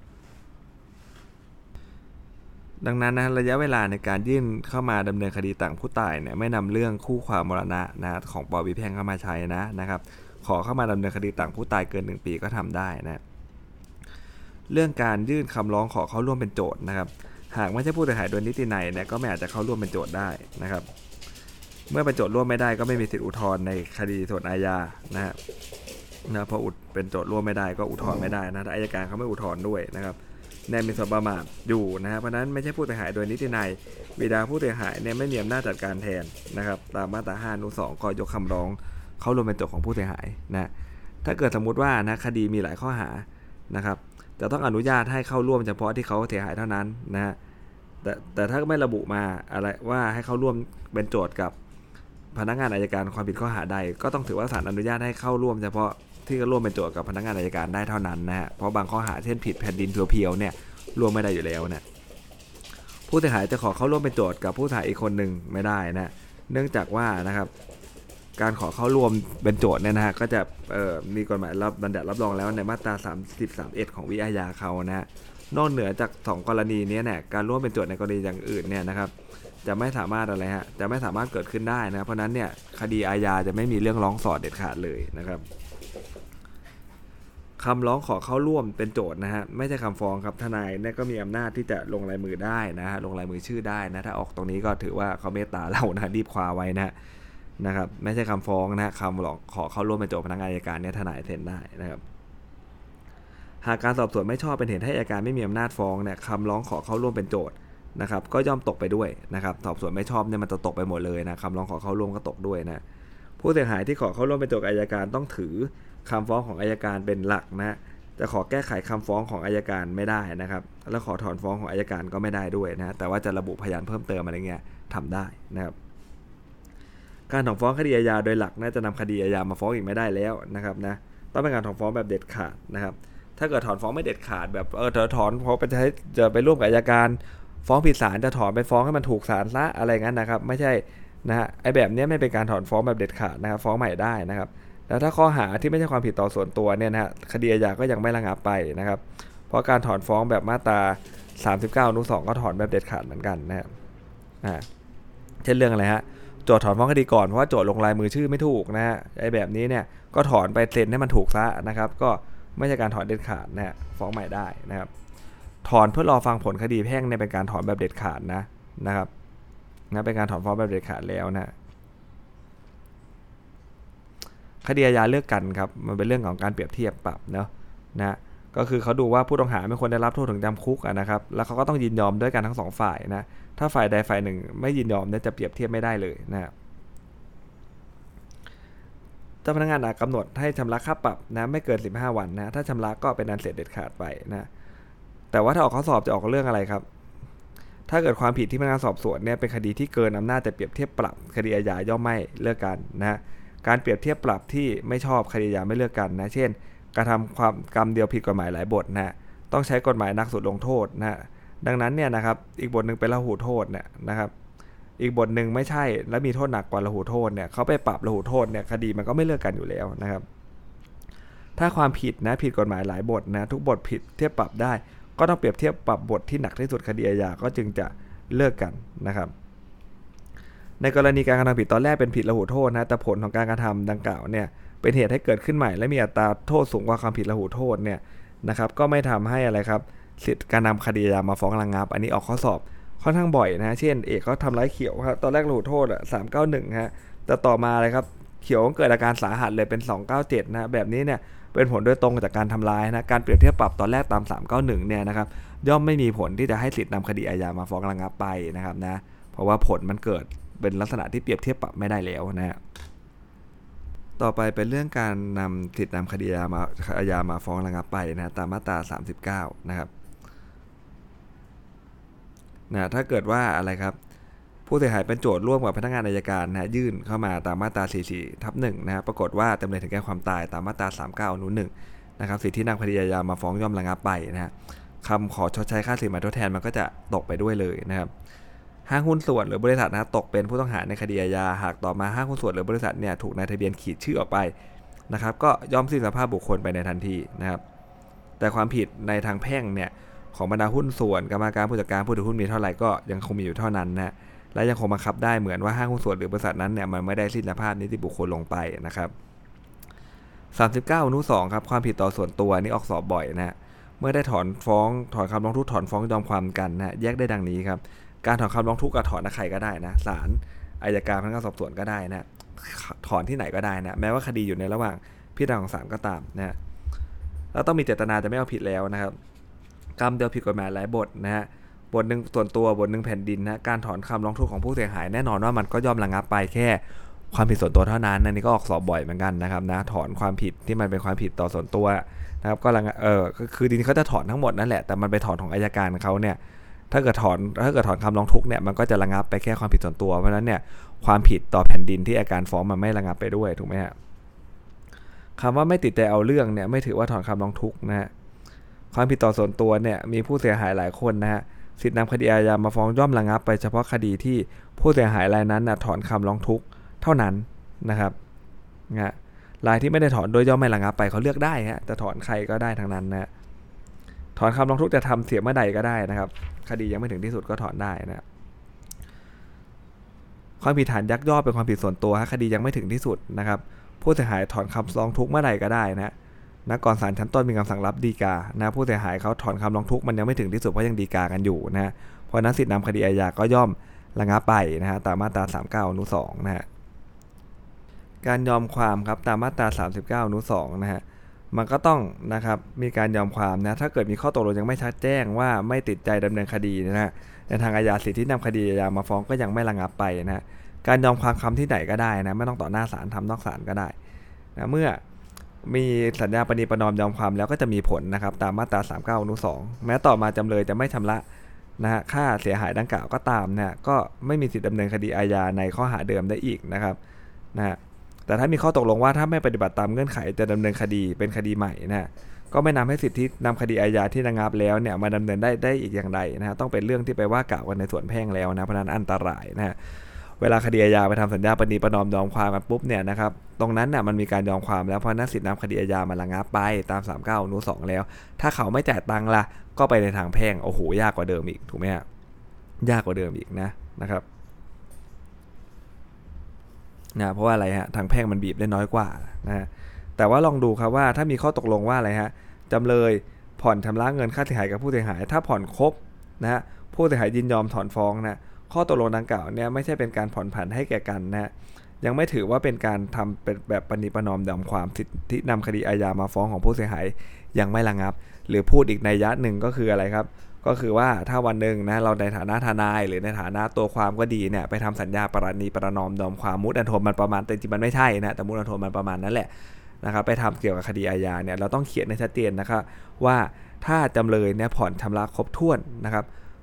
ดังนั้นนะระยะเวลาในการยื่นเข้ามาดำเนินคดีต่างผู้ตายเนี่ยไม่นำเรื่องคู่ความมรณะนะของปวิแพ่งเข้ามาใช้นะนะครับขอเข้ามาดำเนินคดีต่างผู้ตายเกินหนึ่งปีก็ทำได้นะเรื่องการยื่นคำร้องขอเข้าร่วมเป็นโจทย์นะครับหากไม่ใช่ผู้เสียหายโดยนิตินัยเนี่ยก็ไม่อาจจะเข้าร่วมเป็นโจทย์ได้นะครับเมื่อเป็นโจทย์ร่วมไม่ได้ก็ไม่มีสิทธิอุทธรณ์ในคดีส่วนอาญานะฮะนะพออุดเป็นโจทย์ร่วมไม่ได้ก็อุทธรณ์ไม่ได้นะถ้าอัยการเขาไม่อุทธรณ์ด้วยนะครับแน่มีส่วนประมาทอยู่นะเพราะนั้นไม่ใช่ผู้เสียหายโดยนิตินัยบิดาผู้เสียหายเนี่ยไม่มีอำนาจจัดการแทนนะครับตามมาตราห้าอนุสองก็ยกคำร้องเข้ารวมเป็นโจทย์ของผู้เสียหายนะถ้าเกิดสมมุติว่านะคดีมีหลายข้อหานะครับจะต้องอนุญาตให้เข้าร่วมเฉพาะที่เขาเสียหายเท่านั้นนะฮะแต่แต่ถ้าไม่ระบุมาอะไรว่าให้เข้าร่วมเป็นโจทย์กับพนักงานอัยการความผิดข้อหาใดก็ต้องถือว่าศาลอนุญาตให้เข้าร่วมเฉพาะที่ร่วมเป็นโจทย์กับพนักงานอัยการได้เท่านั้นนะฮะเพราะบางข้อหาเช่นผิดแผ่นดินเพียวๆเนี่ยร่วมไม่ได้อยู่แล้วนะผู้เสียหายจะขอเข้าร่วมเป็นโจทย์กับผู้เสียหายอีกคนหนึ่งไม่ได้นะเนื่องจากว่านะครับการขอเข้าร่วมเป็นโจทย์เนี่ยนะฮะก็จะมีกฎหมายรับบัญญัติรับรองแล้วในมาตราสามสิบ สามสิบเอ็ดของวิอาญาเขานะฮะนอกเหนือจากสองกรณีนี้เนี่ยการร่วมเป็นโจทย์ในกรณีอย่างอื่นเนี่ยนะครับจะไม่สามารถอะไรฮะจะไม่สามารถเกิดขึ้นได้นะเพราะนั้นเนี่ยคดีอาญาจะไม่มีเรื่องร้องสอดเด็ดขาดเลยนะครับคำร้องขอเข้าร่วมเป็นโจทย์นะฮะไม่ใช่คำฟ้องครับทนายเนี่ยก็มีอำนาจที่จะลงลายมือได้นะฮะลงลายมือชื่อได้นะถ้าออกตรงนี้ก็ถือว่าเขาเมตตาเรานะรีบคว้าไว้นะนะครับไม่ใช่คำฟ้องนะคำร้องขอเข้าร่วมเป็นโจทย์พนักงานอัยการเนี่ยทนายเซ็นได้นะครับหากการสอบสวนไม่ชอบเป็นเหตุให้อัยการไม่มีอำนาจฟ้องเนี่ยคำร้องขอเข้าร่วมเป็นโจทย์นะครับก็ย่อมตกไปด้วยนะครับสอบสวนไม่ชอบเนี่ยมันจะตกไปหมดเลยนะคำร้องขอเข้าร่วมก็ตกด้วยนะผู้เสียหายที่ขอเข้าร่วมเป็นโจทย์อัยการต้องถือคำฟ้องของอัยการเป็นหลักนะจะขอแก้ไขคำฟ้องของอัยการไม่ได้นะครับแล้วขอถอนฟ้องของอัยการก็ไม่ได้ด้วยนะแต่ว่าจะระบุพยานเพิ่มเติมอะไรเงี้ยทำได้นะครับการถอนฟ้องคดีอาญาโดยหลักน่าจะนำคดีอาญามาฟ้องอีกไม่ได้แล้วนะครับนะต้องเป็นการถอนฟ้องแบบเด็ดขาดนะครับถ้าเกิดถอนฟ้องไม่เด็ดขาดแบบเออถอนเพราะไปใช้จะไปร่วมกับอัยการฟ้องผิดศาลจะถอนไปฟ้องให้มันถูกศาลซะอะไรงั้นนะครับไม่ใช่นะฮะไอ้แบบนี้ไม่เป็นการถอนฟ้องแบบเด็ดขาดนะครับฟ้องใหม่ได้นะครับแล้วถ้าข้อหาที่ไม่ใช่ความผิดต่อส่วนตัวเนี่ยนะฮะคดีอาญาก็ยังไม่ระงับไปนะครับเพราะการถอนฟ้องแบบมาตราสามสิบเก้าอนุสองก็ถอนแบบเด็ดขาดเหมือนกันนะครับอ่าเช่นเรื่องอะไรฮะโจทย์ถอนฟ้องคดีก่อนเพราะว่าโจทย์ลงลายมือชื่อไม่ถูกนะฮะไอ้แบบนี้เนี่ยก็ถอนไปเซ็นให้มันถูกซะนะครับก็ไม่ใช่การถอนเด็ดขาดนะฮะฟ้องใหม่ได้นะครับถอนเพื่อรอฟังผลคดีแพ่งเนี่ยเป็นการถอนแบบเด็ดขาดนะนะครับนะเป็นการถอนฟ้องแบบเด็ดขาดแล้วนะคดีอาญาเลือกกันครับมันเป็นเรื่องของการเปรียบเทียบปรับเนาะนะก็คือเขาดูว่าผู้ต้องหาไม่ควรได้รับโทษถึงจำคุกนะครับแล้วเขาก็ต้องยินยอมด้วยกันทั้งสองฝ่ายนะถ้าฝ่ายใดฝ่ายหนึ่งไม่ยินยอมเนี่ยจะเปรียบเทียบไม่ได้เลยนะเจ้าพนักงานอาจกำหนดให้ชำระค่าปรับนะไม่เกินสิบห้าวันนะถ้าชำระก็เป็นอันเสร็จเด็ดขาดไปนะแต่ว่าถ้าออกข้อสอบจะออกเรื่องอะไรครับถ้าเกิดความผิดที่พนักงานสอบสวนเนี่ยเป็นคดีที่เกินอำนาจแต่เปรียบเทียบปรับคดีอาญาย่อมไม่เลิกกันนะการเปรียบเทียบปรับที่ไม่ชอบคดีอาญาไม่เลิกกันนะเช่นกระทำความกรรมเดียวผิดกฎหมายหลายบทนะต้องใช้กฎหมายหนักสุดลงโทษนะดังนั้นเนี่ยนะครับอีกบทหนึ่งเป็นละหูโทษเนี่ยนะครับอีกบทหนึ่งไม่ใช่และมีโทษหนักกว่าละหูโทษเนี่ยเขาไปปรับละหูโทษเนี่ยคดีมันก็ไม่เลิกกันอยู่แล้วนะครับถ้าความผิดนะผิดกฎหมายหลายบทนะทุกบทผิดเทียบปรับได้ก็ต้องเปรียบเทียบปรับบทที่หนักที่สุดคดีอาญาก็จึงจะเลิกกันนะครับในกรณีการกระทำผิดตอนแรกเป็นผิดละหูโทษนะแต่ผลของการกระทำดังกล่าวเนี่ยเป็นเหตุให้เกิดขึ้นใหม่และมีอัตราโทษสูงกว่าความผิดละหูโทษเนี่ยนะครับก็ไม่ทำให้อะไรครับสิทธิการนำคดีอาญามาฟ้องระงับอันนี้ออกข้อสอบค่อนข้างบ่อยนะเช่นเอกเขาทำร้ายเขียวครับตอนแรกละหูโทษอ่ะสามเก้าหนึ่งฮะแต่ต่อมาอะไรครับเขียวเกิดอาการสาหัสเลยเป็นสองเก้าเจ็ดนะแบบนี้เนี่ยเป็นผลโดยตรงจากการทำร้ายนะการเปรียบเทียบปรับตอนแรกตามสามเก้าหนึ่งเนี่ยนะครับย่อมไม่มีผลที่จะให้สิทธินำคดีอาญามาฟ้องระงับไปนะครับนะเพราะว่าผลมันเกิดเป็นลักษณะที่เปรียบเทียบปรับไม่ได้แล้วนะต่อไปเป็นเรื่องการนำสิทธินำคดีอาญามาอาญามาฟ้องระงับไปนะตามมาตราสามสิบเก้านะครับนะถ้าเกิดว่าอะไรครับผู้เสียหายเป็นโจทย์ร่วมกับพนักงานอัยการนะยื่นเข้ามาตามมาตราสี่สิบสี่ทับหนึ่งนะปรากฏว่าจำเลยถึงแก่ความตายตามมาตราสามสิบเก้าอนุหนึ่งนะครับสิทธินำคดีอาญามาฟ้องย่อมระงับไปนะคำขอชดใช้ค่าสินไหมทดแทนมันก็จะตกไปด้วยเลยนะครับห้างหุ้นส่วนหรือบริษัทนะตกเป็นผู้ต้องหาในคดีอาญาหากต่อมาห้างหุ้นส่วนหรือบริษัทเนี่ยถูกนายทะเบียนขีดชื่อออกไปนะครับก็ย่อมสิ้นสภาพบุคคลไปในทันทีนะครับแต่ความผิดในทางแพ่งเนี่ยของบรรดาหุ้นส่วนกรรมการผู้จัดการผู้ถือหุ้นมีเท่าไหร่ก็ยังคงมีอยู่เท่านั้นนะและยังคงบังคับได้เหมือนว่าห้างหุ้นส่วนหรือบริษัทนั้นเนี่ยมันไม่ได้สิ้นสภาพนิติบุคคลลงไปนะครับสามสิบเก้าอนุสองครับความผิดต่อส่วนตัวนี่ออกสอบบ่อยนะเมื่อได้ถอนฟ้องถอนคำร้องทุกข์ถอนฟ้องยอมความกันนะแยกได้ดังนี้ครับการถอนคำร้องทุกข์กับถอนใครก็ได้นะศาลอัยการพนักงานสอบสวนก็ได้นะถอนที่ไหนก็ได้นะแม้ว่าคดีอยู่ในระหว่างพิจารณาของศาลก็ตามนะแล้วต้องมีเจตนาจะไม่เอาผิดแล้วนะครับกรรมเดียวผิดกฎหมายหลายบทนะฮะบทหนึ่งส่วนตัวบทหนึ่งแผ่นดินนะการถอนคำร้องทุกข์ของผู้เสียหายแน่นอนว่ามันก็ย่อมระงับไปแค่ความผิดส่วนตัวเท่านั้นอันนี้ก็ออกสอบบ่อยเหมือนกันนะครับนะถอนความผิดที่มันเป็นความผิดต่อส่วนตัวนะครับก็ระงับเออคือจริงๆเขาจะถอนทั้งหมดนั่นแหละแต่มันไปถอนของอัยการเขาเนี่ยถ้าเกิดถอนถ้าเกิดถอนคำร้องทุกข์เนี่ยมันก็จะระงับไปแค่ความผิดส่วนตัวเพราะฉะนั้นเนี่ยความผิดต่อแผ่นดินที่อัยการฟ้องมันไม่ระงับไปด้วยถูกไหมฮะคำว่าไม่ติดใจเอาเรื่องเนี่ยไม่ถือว่าถอนคำร้องทุกข์นะฮะความผิดต่อส่วนตัวเนี่ยมีผู้เสียหายหลายคนนะฮะสิทธินำคดีอาญามาฟ้องย่อมระงับไปเฉพาะคดีที่ผู้เสียหายรายนั้นนะถอนคำร้องทุกข์เท่านั้นนะครับนะรายที่ไม่ได้ถอนโดยย่อมไม่ระงับไปเขาเลือกได้ฮะจะถอนใครก็ได้ทั้งนั้นนะถอนคำร้องทุกข์จะทำเสียเมื่อใดก็ได้นะครับคดียังไม่ถึงที่สุดก็ถอนได้นะความผิดฐานยักยอกเป็นความผิดส่วนตัวคดียังไม่ถึงที่สุดนะครับผู้เสียหายถอนคำร้องทุกข์เมื่อใดก็ได้นะนะก่อนศาลชั้นต้นมีคำสั่งรับฎีกานะผู้เสียหายเขาถอนคำร้องทุกข์มันยังไม่ถึงที่สุดเพราะยังฎีกากันอยู่นะเพราะนั้นสิทธินำคดีอาญาก็ย่อมระงับไปนะฮะตามมาตราสามสิบเก้าอนุสองนะฮะการยอมความครับตามมาตราสามสิบเก้าอนุสองนะฮะมันก็ต้องนะครับมีการยอมความนะถ้าเกิดมีข้อตกลงยังไม่ชัดแจ้งว่าไม่ติดใจดำเนินคดีนะฮะในทางอาญาสิทธินำคดีอาญามาฟ้องก็ยังไม่ระงับไปนะฮะการยอมความคำที่ไหนก็ได้นะไม่ต้องต่อหน้าศาลทำนอกศาลก็ได้นะเมื่อมีสัญญาปณีประนอมยอมความแล้วก็จะมีผลนะครับตามมาตราสามสิบเก้าอนุสองแม้ต่อมาจำเลยจะไม่ชำระนะฮะค่าเสียหายดังกล่าวก็ตามนะก็ไม่มีสิทธิดำเนินคดีอาญาในข้อหาเดิมได้อีกนะครับนะฮะแต่ถ้ามีข้อตกลงว่าถ้าไม่ปฏิบัติตามเงื่อนไขจะดำเนินคดีเป็นคดีใหม่นะก็ไม่นำให้สิทธินำคดีอาญาที่ระงับแล้วเนี่ยมาดำเนินได้ได้อีกอย่างไรนะฮะต้องเป็นเรื่องที่ไปว่ากล่าวกันในส่วนแพ่งแล้วนะเพราะนั้นอันตรายนะฮะเวลาคดีอาญาไปทำสัญญาปณีประนอมยอมความกันปุ๊บเนี่ยนะครับตรงนั้นน่ะมันมีการยอมความแล้วเพราะนั้นสิทธินำคดีอาญามันระงับไปตามสามสิบเก้าอนุสองแล้วถ้าเขาไม่จ่ายตังค์ล่ะก็ไปในทางแพ่งโอ้โหยากกว่าเดิมอีกถูกไหมฮะยากกว่าเดิมอีกนะนะครับนะเพราะว่าอะไรฮะทางแพ่งมันบีบได้น้อยกว่านะฮะแต่ว่าลองดูครับว่าถ้ามีข้อตกลงว่าอะไรฮะจำเลยผ่อนชำระเงินค่าเสียหายกับผู้เสียหายถ้าผ่อนครบนะฮะผู้เสียหายยินยอมถอนฟ้องนะข้อตกลงดังกล่าวเนี่ยไม่ใช่เป็นการผ่อนผันให้แก่กันนะยังไม่ถือว่าเป็นการทำเป็นแบบปณิประนอมยอมความสิทธินำคดีอาญามาฟ้องของผู้เสียหายยังไม่ระงับหรือพูดอีกนัยยะหนึ่งก็คืออะไรครับก็คือว่าถ้าวันหนึ่งนะเราในฐานะทนายหรือในฐานะตัวความก็ดีเนี่ยไปทำสัญญาปรณีประนอมยอมความมุดอันโทมมันประมาณแต่จริงมันไม่ใช่นะแต่มุดอันโทมมันประมาณนั้นแหละนะครับไปทำเกี่ยวกับคดีอาญาเนี่ยเราต้องเขียนในชัดเจนนะครับว่าถ้าจำเลยเนี่ยผ่อนชำระครบถ้วนนะครับผ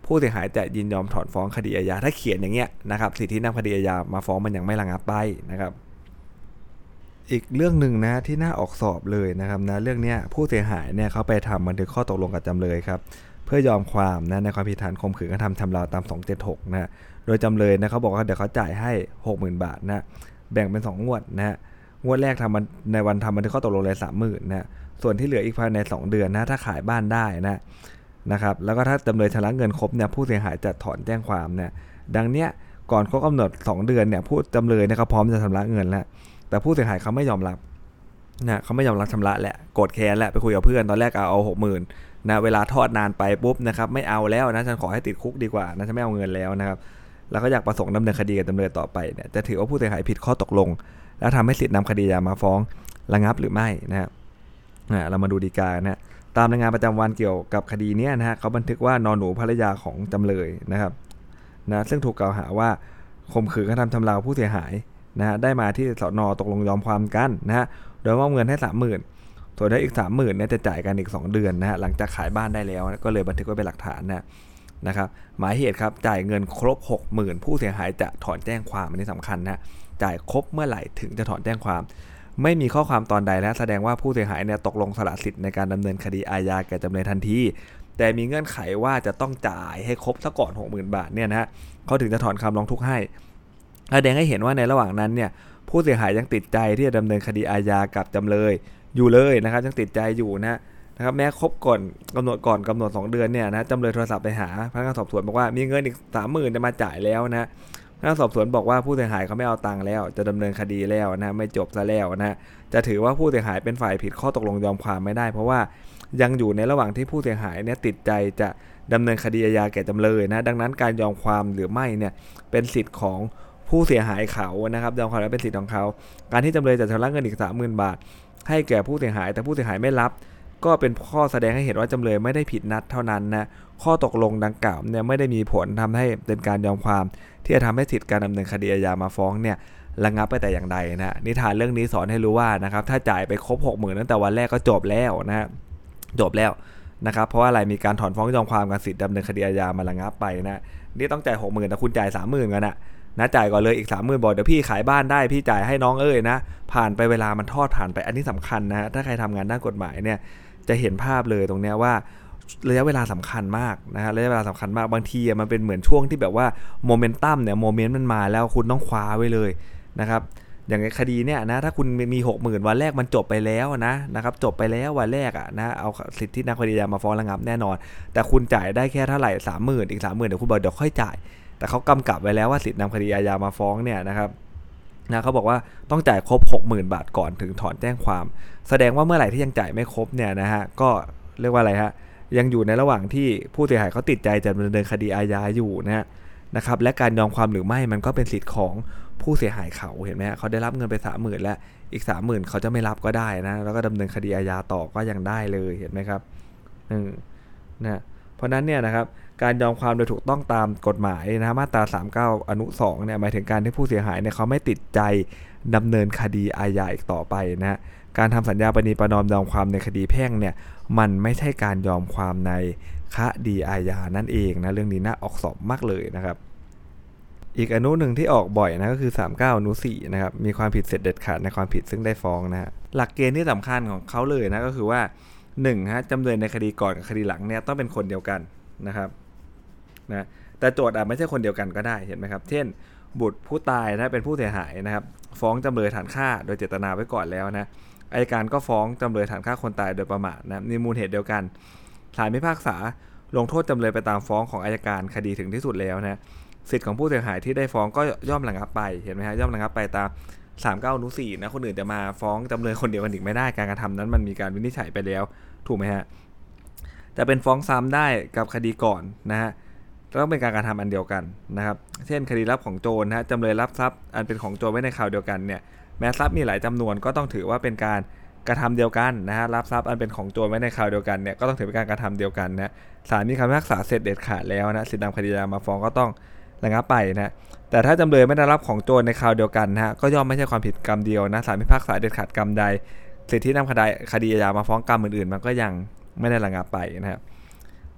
ผู้เสียหายจะยินยอมถอนฟ้องคดีอาญาถ้าเขียนอย่างเงี้ยนะครับสิทธินำคดีอาญามาฟ้องมันยังไม่ระงับไปนะครับอีกเรื่องหนึ่งนะที่น่าออกสอบเลยนะครับนะเรื่องนี้ผู้เสียหายเนี่ยเขาไปทำบันทึกข้อตกลงกับจำเลยครับเพื่อยอมความนะในความผิดฐานข่มขืนกระทำชำเราตามสองเจ็ดหกนะโดยจำเลยนะเขาบอกว่าเดี๋ยวเขาจ่ายให้ หกหมื่น บาทนะแบ่งเป็นสองงวดนะงวดแรกทำในวันทำบันทึกข้อตกลงเลย สามหมื่น นะส่วนที่เหลืออีกภายในสองเดือนนะถ้าขายบ้านได้นะนะครับแล้วก็ถ้าจำเลยชำระเงินครบเนี่ยผู้เสียหายจะถอนแจ้งความเนี่ยดังเนี้ยก่อนครบกำหนดสองเดือนเนี่ยผู้จำเลยเนี่ยเขาพร้อมจะชำระเงินแล้วแต่ผู้เสียหายเขาไม่ยอมรับนะเขาไม่ยอมรับชำระแหละโกรธแค้นแหละไปคุยกับเพื่อนตอนแรกเอาเอาหกหมื่นนะเวลาทอดนานไปปุ๊บนะครับไม่เอาแล้วนะฉันขอให้ติดคุกดีกว่านะฉันไม่เอาเงินแล้วนะครับแล้วก็อยากประสงค์ดำเนินคดีกับจำเลยต่อไปเนี่ยจะถือว่าผู้เสียหายผิดข้อตกลงแล้วทำให้สิทธินำคดีมาฟ้องระงับหรือไม่นะครับเรามาดูฎีกานะตามรายงานประจำวันเกี่ยวกับคดีนี้นะฮะเขาบันทึกว่านอนหนูภรรยาของจำเลยนะครับนะซึ่งถูกกล่าวหาว่าข่มขืนกระทำชำเราผู้เสียหายนะฮะได้มาที่สน.ตกลงยอมความกันนะฮะโดยมอบเงินให้ สามหมื่น ส่วนได้อีก สามหมื่น เนี่ยจะจ่ายกันอีกสองเดือนนะฮะหลังจากขายบ้านได้แล้วก็เลยบันทึกไว้เป็นหลักฐานนะนะครับหมายเหตุครับจ่ายเงินครบ หกหมื่น ผู้เสียหายจะถอนแจ้งความอันนี้สำคัญนะจ่ายครบเมื่อไหร่ถึงจะถอนแจ้งความไม่มีข้อความตอนใดและแสดงว่าผู้เสียหายเนี่ยตกลงสละสิทธิ์ในการดำเนินคดีอาญาแก่จำเลยทันทีแต่มีเงื่อนไขว่าจะต้องจ่ายให้ครบซะก่อน หกหมื่น บาทเนี่ยนะฮะเขาถึงจะถอนคำร้องทุกข์ให้แสดงให้เห็นว่าในระหว่างนั้นเนี่ยผู้เสียหายยังติดใจที่จะดำเนินคดีอาญากับจำเลยอยู่เลยนะครับยังติดใจอยู่นะนะครับแม้ครบก่อนกำหนดก่อนกำหนดสองเดือนเนี่ยนะจำเลยโทรศัพท์ไปหาพนักงานสอบสวนบอกว่ามีเงินอีก สามหมื่น จะมาจ่ายแล้วนะพนักงานสอบสวนบอกว่าผู้เสียหายเขาไม่เอาตังค์แล้วจะดำเนินคดีแล้วนะไม่จบซะแล้วนะจะถือว่าผู้เสียหายเป็นฝ่ายผิดข้อตกลงยอมความไม่ได้เพราะว่ายังอยู่ในระหว่างที่ผู้เสียหายเนี่ยติดใจจะดำเนินคดีอาญาแก่จำเลยนะดังนั้นการยอมความหรือไม่เนี่ยเป็นสิทธิ์ของผู้เสียหายเขานะครับยอมความแล้วเป็นสิทธิ์ของเขาการที่จำเลยจะชำระเงินอีก สามหมื่น บาทให้แก่ผู้เสียหายแต่ผู้เสียหายไม่รับก็เป็นข้อแสดงให้เห็นว่าจำเลยไม่ได้ผิดนัดเท่านั้นนะข้อตกลงดังกล่าวเนี่ยไม่ได้มีผลทำให้เป็นการยอมความที่จะทำให้สิทธิการดำเนินคดีอาญามาฟ้องเนี่ยระงับไปแต่อย่างใดนะนิทานเรื่องนี้สอนให้รู้ว่านะครับถ้าจ่ายไปครบ หกหมื่น ตั้งแต่วันแรกก็จบแล้วนะจบแล้วนะครับเพราะว่าอะไรมีการถอนฟ้องยอมความกับสิทธิดำเนินคดีอาญามาระงับไปนะนี่ต้องจ่าย หกหมื่น แต่คุณจ่าย สามหมื่น กันนะนะจ่ายก่อนเลยอีก สามหมื่น บอกเดี๋ยวพี่ขายบ้านได้พี่จ่ายให้น้องเอ้ยนะผ่านไปเวลามันทอดผ่านไปอันนี้สำคัญนะถ้าใครทำงานด้านกฎหมายเนี่ยจะเห็นภาพเลยตรงนี้ว่าระยะเวลาสำคัญมากนะฮะระยะเวลาสำคัญมากบางทีมันเป็นเหมือนช่วงที่แบบว่าโมเมนตัมเนี่ยโมเมนต์มันมาแล้วคุณต้องคว้าไว้เลยนะครับอย่างคดีเนี่ยนะถ้าคุณมี หกหมื่น วันแรกมันจบไปแล้วนะนะครับจบไปแล้ววันแรกอ่ะนะเอาสิทธินักคดีมาฟ้องระงับแน่นอนแต่คุณจ่ายได้แค่เท่าไหร่ สามหมื่น อีก สามหมื่น เดี๋ยวคุณบอกเดี๋ยวค่อยจ่ายแต่เขากำกับไว้แล้วว่าสิทธินำคดีอาญามาฟ้องเนี่ยนะครับนะเขาบอกว่าต้องจ่ายครบ หกหมื่น บาทก่อนถึงถอนแจ้งความแสดงว่าเมื่อไหร่ที่ยังจ่ายไม่ครบเนี่ยนะฮะก็เรียกว่าอะไรฮะยังอยู่ในระหว่างที่ผู้เสียหายเขาติดใจจะดำเนินคดีอาญาอยู่นะฮะนะครับและการยอมความหรือไม่มันก็เป็นสิทธิ์ของผู้เสียหายเขาเห็นไหมฮะเขาได้รับเงินไป สามหมื่น แล้วอีก สามหมื่น เขาจะไม่รับก็ได้นะแล้วก็ดำเนินคดีอาญาต่อก็ยังได้เลยเห็นไหมครับอืมนะเพราะนั้นเนี่ยนะครับการยอมความโดยถูกต้องตามกฎหมายนะมาตราสามสิบเก้าอนุสองเนี่ยหมายถึงการที่ผู้เสียหายเนี่ยเขาไม่ติดใจดำเนินคดีอาญาอีกต่อไปนะการทำสัญญาปณีประนอมยอมความในคดีแพ่งเนี่ยมันไม่ใช่การยอมความในคดีอาญานั่นเองนะเรื่องนี้น่าออกสอบมากเลยนะครับอีกอนุหนึ่งที่ออกบ่อยนะก็คือสามสิบเก้าอนุสี่นะครับมีความผิดเสร็จเด็ดขาดในความผิดซึ่งได้ฟ้องนะฮะหลักเกณฑ์ที่สำคัญของเขาเลยนะก็คือว่าหนึ่งฮะจำเลยในคดีก่อนกับคดีหลังเนี่ยต้องเป็นคนเดียวกันนะครับนะแต่โจทย์อาจไม่ใช่คนเดียวกันก็ได้เห็นไหมครับเช่นบุตรผู้ตายนะเป็นผู้เสียหายนะครับฟ้องจำเลยฐานฆ่าโดยเจตนาไว้ก่อนแล้วนะอัยการก็ฟ้องจำเลยฐานฆ่าคนตายโดยประมาทนะมีมูลเหตุเดียวกันศาลพิพากษาลงโทษจำเลยไปตามฟ้องของอัยการคดีถึงที่สุดแล้วนะสิทธิ์ของผู้เสียหายที่ได้ฟ้องก็ย่อมระงับไปเห็นไหมฮะย่อมระงับไปตามสามสิบเก้าอนุสี่นะคนอื่นจะมาฟ้องจำเลยคนเดียวกันอีกไม่ได้การกระทำนั้นมันมีการวินิจฉัยไปแล้วถูกไหมฮะแต่เป็นฟ้องซ้ำได้กับคดีก่อนนะฮะต้องเป็นการกระทำอันเดียวกันนะครับเช่นคดีรับของโจรนะฮะจำเลยรับทรัพย์อันเป็นของโจรไว้ในคราวเดียวกันเนี่ยแม้ทรัพย์มีหลายจำนวนก็ต้องถือว่าเป็นการกระทำเดียวกันนะฮะรับทรัพย์อันเป็นของโจรไว้ในคราวเดียวกันเนี่ยก็ต้องถือเป็นการกระทำเดียวกันนะศาลมีคำพิพากษาเสร็จเด็ดขาดแล้วนะสิทธินำคดีมาฟ้องก็ต้องระงับไปนะแต่ถ้าจำเลยไม่ได้รับของโจรในคราวเดียวกันนะฮะก็ย่อมไม่ใช่ความผิดกรรมเดียวนะศาลพิพากษาเด็ดขาดกรรมใดสิทธินำคดีคดีอาญามาฟ้องกรรมอื่นๆมันก็ยังไม่ได้ระงับไปนะครับ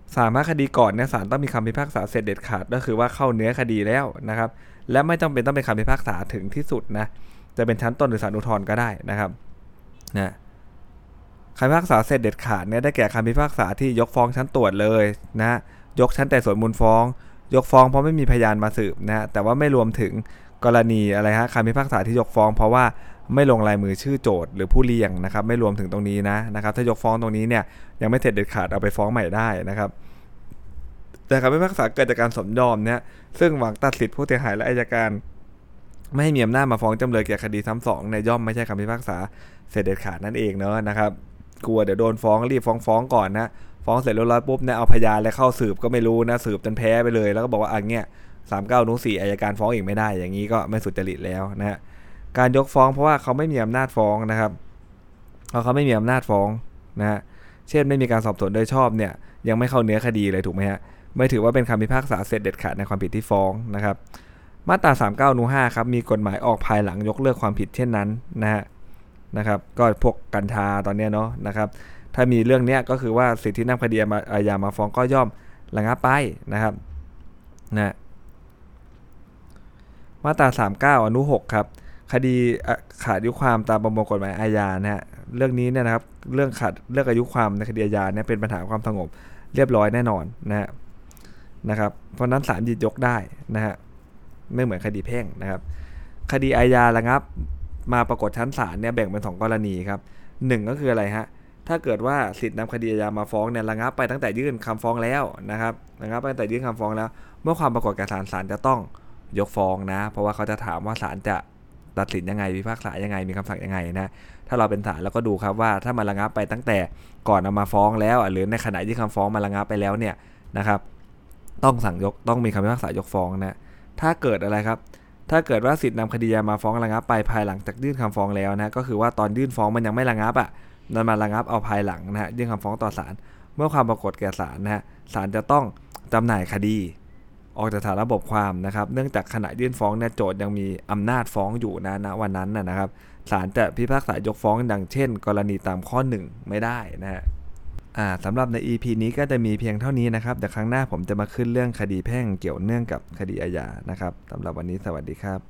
ศาลพักคดีก่อนเนี่ยศาลต้องมีคำพิพากษาเสร็จเด็ดขาดก็คือว่าเข้าเนื้อคดีแล้วนะครับและไม่ต้องเป็นต้องเป็นคำพิพากษาถึงที่สุดนะจะเป็นชั้นต้นหรือศาลอุทธรณ์ก็ได้นะครับนะคำพิพากษาเสร็จเด็ดขาดเนี่ยได้แก่คำพิพากษาที่ยกฟ้องชั้นตรวจเลยนะยกชั้นไต่สวนมูลฟ้องยกฟ้องเพราะไม่มีพยานมาสืบนะแต่ว่าไม่รวมถึงกรณีอะไรฮะคำพิพากษาที่ยกฟ้องเพราะว่าไม่ลงลายมือชื่อโจทย์หรือผู้เรียงนะครับไม่รวมถึงตรงนี้นะนะครับถ้ายกฟ้องตรงนี้เนี่ยยังไม่เสร็จเด็ดขาดเอาไปฟ้องใหม่ได้นะครับแต่คำพิพากษาเกิดจากการสมยอมเนี่ยซึ่งหวังตัดสิทธิผู้เสียหายและอัยการไม่ให้มีอำนาจมาฟ้องจำเลยแก่คดีซ้ำสองในย่อมไม่ใช่คำพิพากษาเสร็จเด็ดขาดนั่นเองเนอะนะครับกลัวเดี๋ยวโดนฟ้องรีบฟ้องฟ้องก่อนนะฟ้องเสร็จเรียบร้อยปุ๊บเนี่ยเอาพยานแล้วเข้าสืบก็ไม่รู้นะสืบจนแพ้ไปเลยแล้วก็บอกว่าอ่ะเงี้ยสามเก้านุสี่อัยการฟ้องอีกไม่ได้อย่างนี้ก็ไม่สุจริตแล้วนะฮะการยกฟ้องเพราะว่าเขาไม่มีอำนาจฟ้องนะครับเพราะเขาไม่มีอำนาจฟ้องนะฮะเช่นไม่มีการสอบสวนโดยชอบเนี่ยยังไม่เข้าเนื้อคดีเลยถูกไหมฮะไม่ถือว่าเป็นคำพิพากษาเสร็จเด็ดขาดในความผิดที่ฟ้องนะครับมาตราสามสิบเก้านูห้าครับมีกฎหมายออกภายหลังยกเลิกความผิดเช่นนั้นนะฮะนะครับก็พวกกัญชาตอนนี้เนาะนะครับถ้ามีเรื่องนี้ก็คือว่าสิทธินำคดีอาญามาฟ้องก็ย่อมระงับไปนะครับนะมาตราสามสิบเก้าอนุหกครับคดีขาดอายุความตามประมวลกฎหมายอาญานะฮะเรื่องนี้เนี่ยนะครับเรื่องขาดเรื่องอายุความในคดีอาญาเนี่ยเป็นปัญหาความสงบเรียบร้อยแน่นอนนะฮะนะครับเพราะนั้นศาลหยิบยกได้นะฮะไม่เหมือนคดีแพ่งนะครับคดีอาญาระงับมาปรากฏชั้นศาลเนี่ยแบ่งเป็นสองกรณีครับหนึ่งก็คืออะไรฮะถ้าเกิดว่าสิทธินำคดีอาญามาฟ้องเนี่ยระงับไปตั้งแต่ยื่นคำฟ้องแล้วนะครับระงับไปตั้งแต่ยื่นคำฟ้องแล้วเมื่อความปรากฏแก่ศาลศาลจะต้องยกฟ้องนะเพราะว่าเขาจะถามว่าศาลจะตัดสินยังไงพิพากษายังไงมีคำสั่งยังไงนะถ้าเราเป็นศาลแล้วก็ดูครับว่าถ้ามันระงับไปตั้งแต่ก่อนเอามาฟ้องแล้วหรือในขณะที่คำฟ้องมันระงับไปแล้วเนี่ยนะครับต้องสั่งยกต้องมีคำพิพากษายกฟ้องนะถ้าเกิดอะไรครับถ้าเกิดว่าสิทธินำคดีมาฟ้องระงับไปภายหลังจากยื่นคำฟ้องแล้วนะก็คือว่าตอนยื่นฟ้องมันยังไม่ระงับอ่ะมันมาระงับเอาภายหลังนะฮะยื่นคำฟ้องต่อศาลเมื่อความปรากฏแก่ศาลนะฮะศาลจะต้องจำหน่ายคดีออกจากฐานระบบความนะครับเนื่องจากขณะยื่นฟ้องเนี่ยโจทย์ยังมีอำนาจฟ้องอยู่นะณวันนั้นนะครับศาลจะพิพากษายกฟ้องดังเช่นกรณีตามข้อหนึ่งไม่ได้นะฮะอ่าสำหรับใน อี พี นี้ก็จะมีเพียงเท่านี้นะครับเดี๋ยวครั้งหน้าผมจะมาขึ้นเรื่องคดีแพ่งเกี่ยวเนื่องกับคดีอาญานะครับสำหรับวันนี้สวัสดีครับ